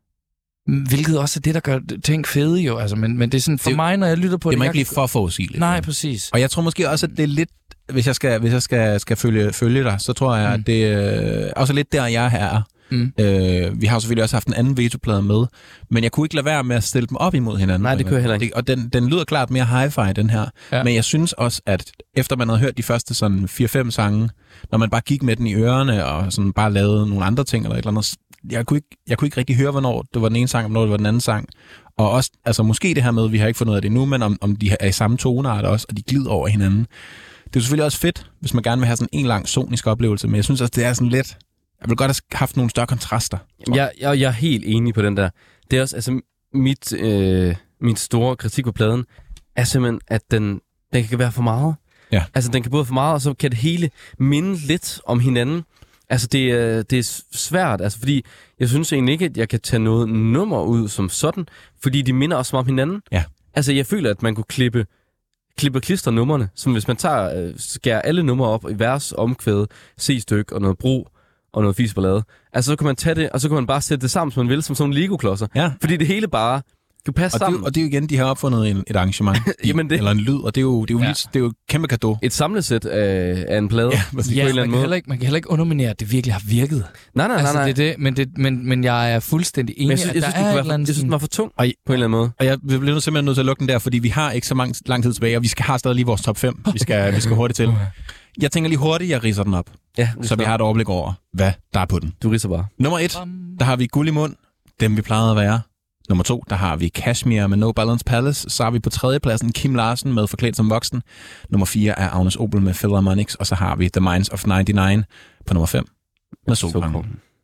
hvilket også er det, der gør ting fede jo. Altså, men, men det er sådan, for Det- mig, når jeg lytter på Det det... må jeg ikke blive kan- for forudsigeligt. Nej, præcis. Og jeg tror måske også, at det er lidt, hvis jeg skal, hvis jeg skal, skal følge, følge dig, så tror jeg, Mm. at det er også lidt der, jeg er. Mm. Øh, vi har jo selvfølgelig også haft en anden vetoplade med, men jeg kunne ikke lade være med at stille dem op imod hinanden. Nej, det kunne jeg heller ikke. Og den, den lyder klart mere hi-fi, den her. Ja. Men jeg synes også, at efter man havde hørt de første sådan fire fem sange, når man bare gik med den i ørerne, og sådan bare lavede nogle andre ting, eller et eller andet, jeg kunne ikke, jeg kunne ikke rigtig høre, hvornår det var den ene sang, og hvornår det var den anden sang. Og også, altså måske det her med, vi har ikke fundet ud af det nu, men om, om de er i samme toneart også, og de glider over hinanden. Det er jo selvfølgelig også fedt, hvis man gerne vil have sådan en lang sonisk oplevelse, men jeg synes også, det er sådan lidt... Jeg vil godt have haft nogle større kontraster. Jeg, jeg, jeg er helt enig på den der. Det er også, altså, mit, øh, min store kritik på pladen er simpelthen, at den, den kan være for meget. Ja. Altså, den kan både for meget, og så kan det hele minde lidt om hinanden. Altså, det, er- det er svært, altså, fordi jeg synes egentlig ikke, at jeg kan tage noget nummer ud som sådan, fordi de minder også om hinanden. Ja. Altså, jeg føler, at man kunne klippe, klippe og klistre numrene, som hvis man tager, øh, skærer alle numre op i vers, omkvæd, C-styk og noget bro, og noget fisballade. Altså, så kan man tage det, og så kan man bare sætte det sammen, som man vil, som sådan nogle Lego-klodser. Ja. Fordi det hele bare kan passe Og det, er sammen. jo- og det er jo igen, de har opfundet en, et arrangement. De, Jamen det- Eller en lyd, og det er jo, det er jo, Ja. ja. det er jo et kæmpe cadeau. Et samlesæt af, af en plade. Ja, præcis. Ja, på en eller man anden kan, måde. heller ikke, man kan heller ikke underminere, at det virkelig har virket. Nej, nej, nej, Altså, nej. det er det, men, det, men, men jeg er fuldstændig enig, Men jeg synes, at jeg der synes, er den et var, eller andet jeg synes, den var for tung, på en eller anden måde. Og jeg bliver nødt- simpelthen nødt til at lukke den der, fordi vi har ikke så mange, lang tid tilbage, og vi skal have stadig lige vores top fem. Vi skal, vi skal hurtigt til. Jeg tænker lige hurtigt, jeg ridser den op, Ja, så vi har et overblik over, hvad der er på den. Du ridser bare. Nummer et, der har vi Guld i mund, dem vi plejede at være. Nummer to, der har vi Kashmir med No Balance Palace. Så har vi på tredjepladsen Kim Larsen med Forklædt som voksen. Nummer fire er Agnes Obel med Philharmonics. Og så har vi The Minds of nioghalvfems på nummer fem med Solkongen.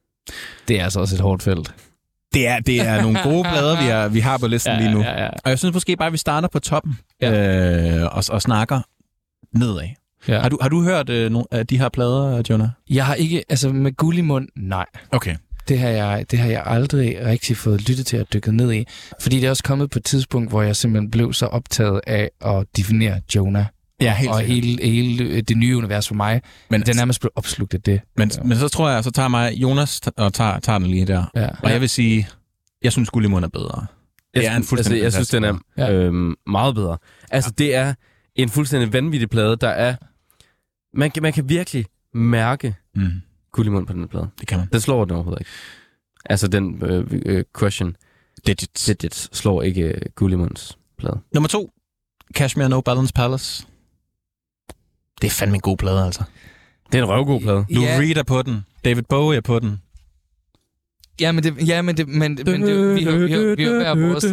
Det er altså også et hårdt felt. Det er, det er nogle gode plader, vi har, vi har på listen lige nu. Ja, ja. Og jeg synes måske bare, at vi starter på toppen Ja. øh, og, og snakker nedad. Ja. Har, du, har du hørt øh, nogle af de her plader, Jonah? Jeg har ikke, altså med guld i mund, nej. Okay. Det har, jeg, det har jeg aldrig rigtig fået lyttet til at dykke ned i. Fordi det er også kommet på et tidspunkt, hvor jeg simpelthen blev så optaget af at definere Jonah. Ja, helt og sikkert. hele, hele det nye univers for mig. Men, Den er nærmest blevet opslugt af det. men, men så tror jeg, så tager mig Jonas t- og tager, tager den lige der. Ja. Og jeg vil sige, jeg synes Guld i mund er bedre. Det er en altså, fuldstændig jeg synes, den er Ja. øhm, meget bedre. Altså, ja. det er en fuldstændig vanvittig plade, der er... Man kan, man kan virkelig mærke Mm, guld i mund på den plade. det kan man. Den slår den overhovedet ikke. Altså, den øh, øh, question Digits. digits slår ikke øh, guld i munds plade. Nummer to. Cashmere No Balance Palace. Det er fandme en god plade, altså. Det er en røvgod plade. Lou Ja. Reed er på den. David Bowie er på den. Ja, men det, ja, men det, men, men det, vi har vi har, vi har hver vores,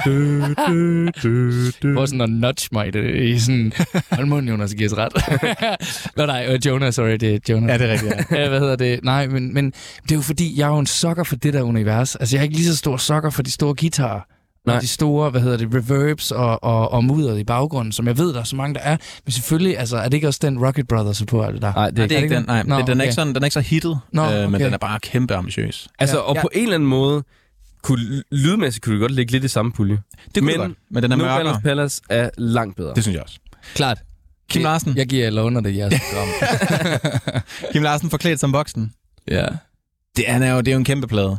øh, vores sådan at nudge mig i det, i sådan, hold munden, Jonas, giver os ret. Nå nej, uh, Jonah, sorry, det er Jonah. Ja, det er rigtigt, ja. Ja, hvad hedder det? Nej, men, men det er jo fordi, jeg er jo en sokker for det der univers. Altså, jeg er ikke lige så stor sokker for de store guitarer. Nej. Og de store, hvad hedder det, reverbs og, og, og mudderet i baggrunden, som jeg ved, der er så mange, der er. Men selvfølgelig, altså, er det ikke også den Rocket Brothers er på alt det der? Nej, det er Nej, det er ikke ikke den. Nej, Nå, Nå, den, er okay. ikke sådan, den er ikke så hittet, Nå, øh, men okay. den er bare kæmpe ambitiøs. Altså, Ja. og Ja. på en eller anden måde, kunne, lydmæssigt kunne det godt ligge lidt i samme pulje. Det kunne Men men, godt, men den er No mørkere. Balance Palace er langt bedre. Det synes jeg også. Klart. Kim Larsen. Jeg giver jer under det, jeres program. Kim Larsen forklædt som voksen. Ja. Det er, jo, det er jo en kæmpe plade.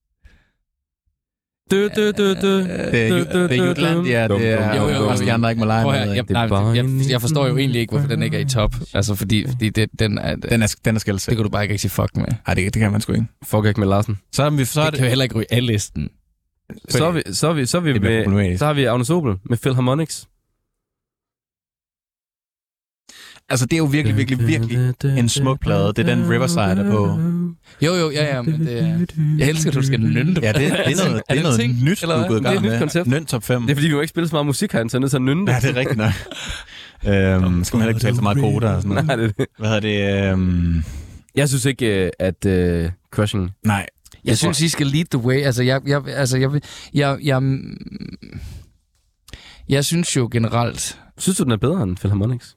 Dø, dø, dø, dø. Det er, Ju- det er Jutland, ja, det er Jo, jo, jo. også de andre, ikke må lege Prøv med. her, jeg, ikke? nej, bare jeg, en- jeg forstår jo egentlig ikke, hvorfor den ikke er i top. Altså, fordi, fordi det, den er... Den er, den er skældsæt. Det kunne du bare ikke rigtig fuck med. Nej, det, det kan man sgu ikke. Fuck ikke med Larsen. Så er, vi, så er Det det... kan jo heller ikke ryge af listen. Så er vi, så er vi, så er vi Det bliver med, problematisk. så har vi Agnes Obel med Philharmonics. Altså, det er jo virkelig, virkelig, virkelig en smuk plade. Det er den Riverside er på. Jo, jo, ja, ja, men det er... Jeg elsker, at du skal nynne dem. Ja, det, det er noget, Er det det er noget ting, nyt, du eller er hvad? gået i Det er gang et nyt med. koncept. Nøn top fem. Det er fordi, vi jo ikke spiller så meget musik herinde, så jeg er nødt til at nynne det. Ja, det er rigtigt nok. øhm, skal man heller ikke betale så meget koder og sådan noget. Nej, det er det. Hvad hedder det? Øhm, Jeg synes ikke, øh, at uh, Crushing... nej. Jeg synes, I skal lead the way. Altså, jeg, jeg, altså, jeg, jeg, jeg, jeg synes jo generelt... Synes du, den er bedre end Philharmonics?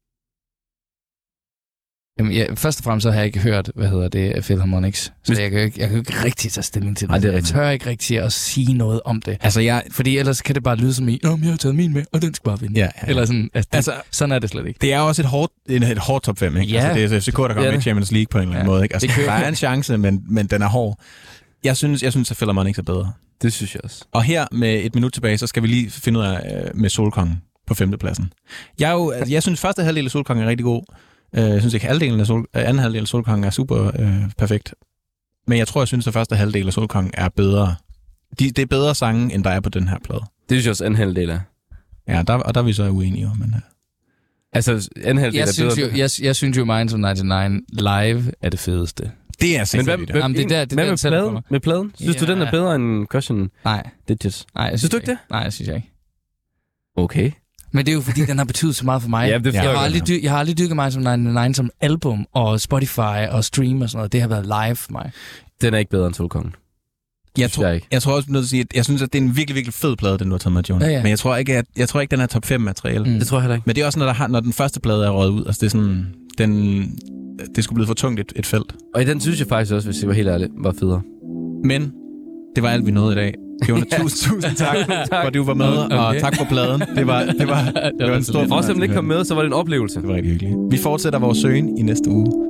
Jamen, jeg, først og fremmest så har jeg ikke hørt, hvad hedder det, Philharmonics. Så Hvis- jeg kan, jo ikke, jeg kan jo ikke rigtig tage stilling til det. Nej, det er Jeg rigtigt. tør ikke rigtig at sige noget om det. Altså, jeg... Fordi ellers kan det bare lyde som i, Nå, men jeg har taget min med, og den skal bare vinde. Ja, ja. Eller sådan, altså, det, Altså, sådan er det slet ikke. det er også et hårdt, et, et hårdt top fem, ikke? Ja. Altså, det er F C K, der kommer Ja, med i det. Champions League på en eller anden Ja. måde, ikke? Altså, Det kører. der er en chance, men, men den er hård. Jeg synes, jeg synes, at Philharmonics er bedre. Det synes jeg også. Og her med et minut tilbage, så skal vi lige finde ud af øh, med Solkongen på femtepladsen. Jeg, er jo, altså, jeg synes, første halvdel af Solkongen er rigtig god. Øh, jeg synes ikke, halvdelen af Sol, øh, anden halvdel af Solkongen er super øh, perfekt. Men jeg tror, jeg synes, at første halvdel af Solkongen er bedre. De, det er bedre sange, end der er på den her plade. Det synes jeg også, anden halvdel er. Ja, der, og der er vi så uenige om. Men, øh. Altså, anden halvdel Jeg er synes, bedre. jo, jeg, jeg synes jo, Minds of nioghalvfems live er det fedeste. Det er Men sikkert hvad, det. hvad, Jamen, det er der- det er hvad der, med, den sætter for pladen? mig. med pladen? Synes Ja. du, den er bedre end Crushing Nej, Digits? nej. Jeg Synes du ikke det? Nej, jeg synes jeg ikke. Okay. Men det er jo fordi, den har betydet så meget for mig. Ja, det jeg, forstår har jeg aldrig godt. dy- jeg har aldrig dykket mig som nioghalvfems som album og Spotify og stream og sådan noget. Det har været live for mig. Den er ikke bedre end Solkongen. Jeg synes tror, jeg ikke. jeg tror også, nødt til at sige, at jeg synes, at det er en virkelig, virkelig fed plade, den du har taget med, John. Ja, ja. Men jeg tror ikke, at jeg tror ikke, den er top fem materiale. Mm. Det tror jeg heller ikke. Men det er også, når, der har, når den første plade er røget ud. Altså, det er sådan... Den, det skulle blive for tungt et, et felt. Og i den synes jeg faktisk også, hvis jeg var helt ærlig, var federe. Men det var alt, vi nåede i dag. Jonas, tusind, tusind tak, for at du var med, og Okay. tak for pladen. Det var, det var, det var en stor Også selvom den fornøjelse. ikke kom med, så var det en oplevelse. Det var rigtig hyggeligt. Vi fortsætter vores søgen i næste uge.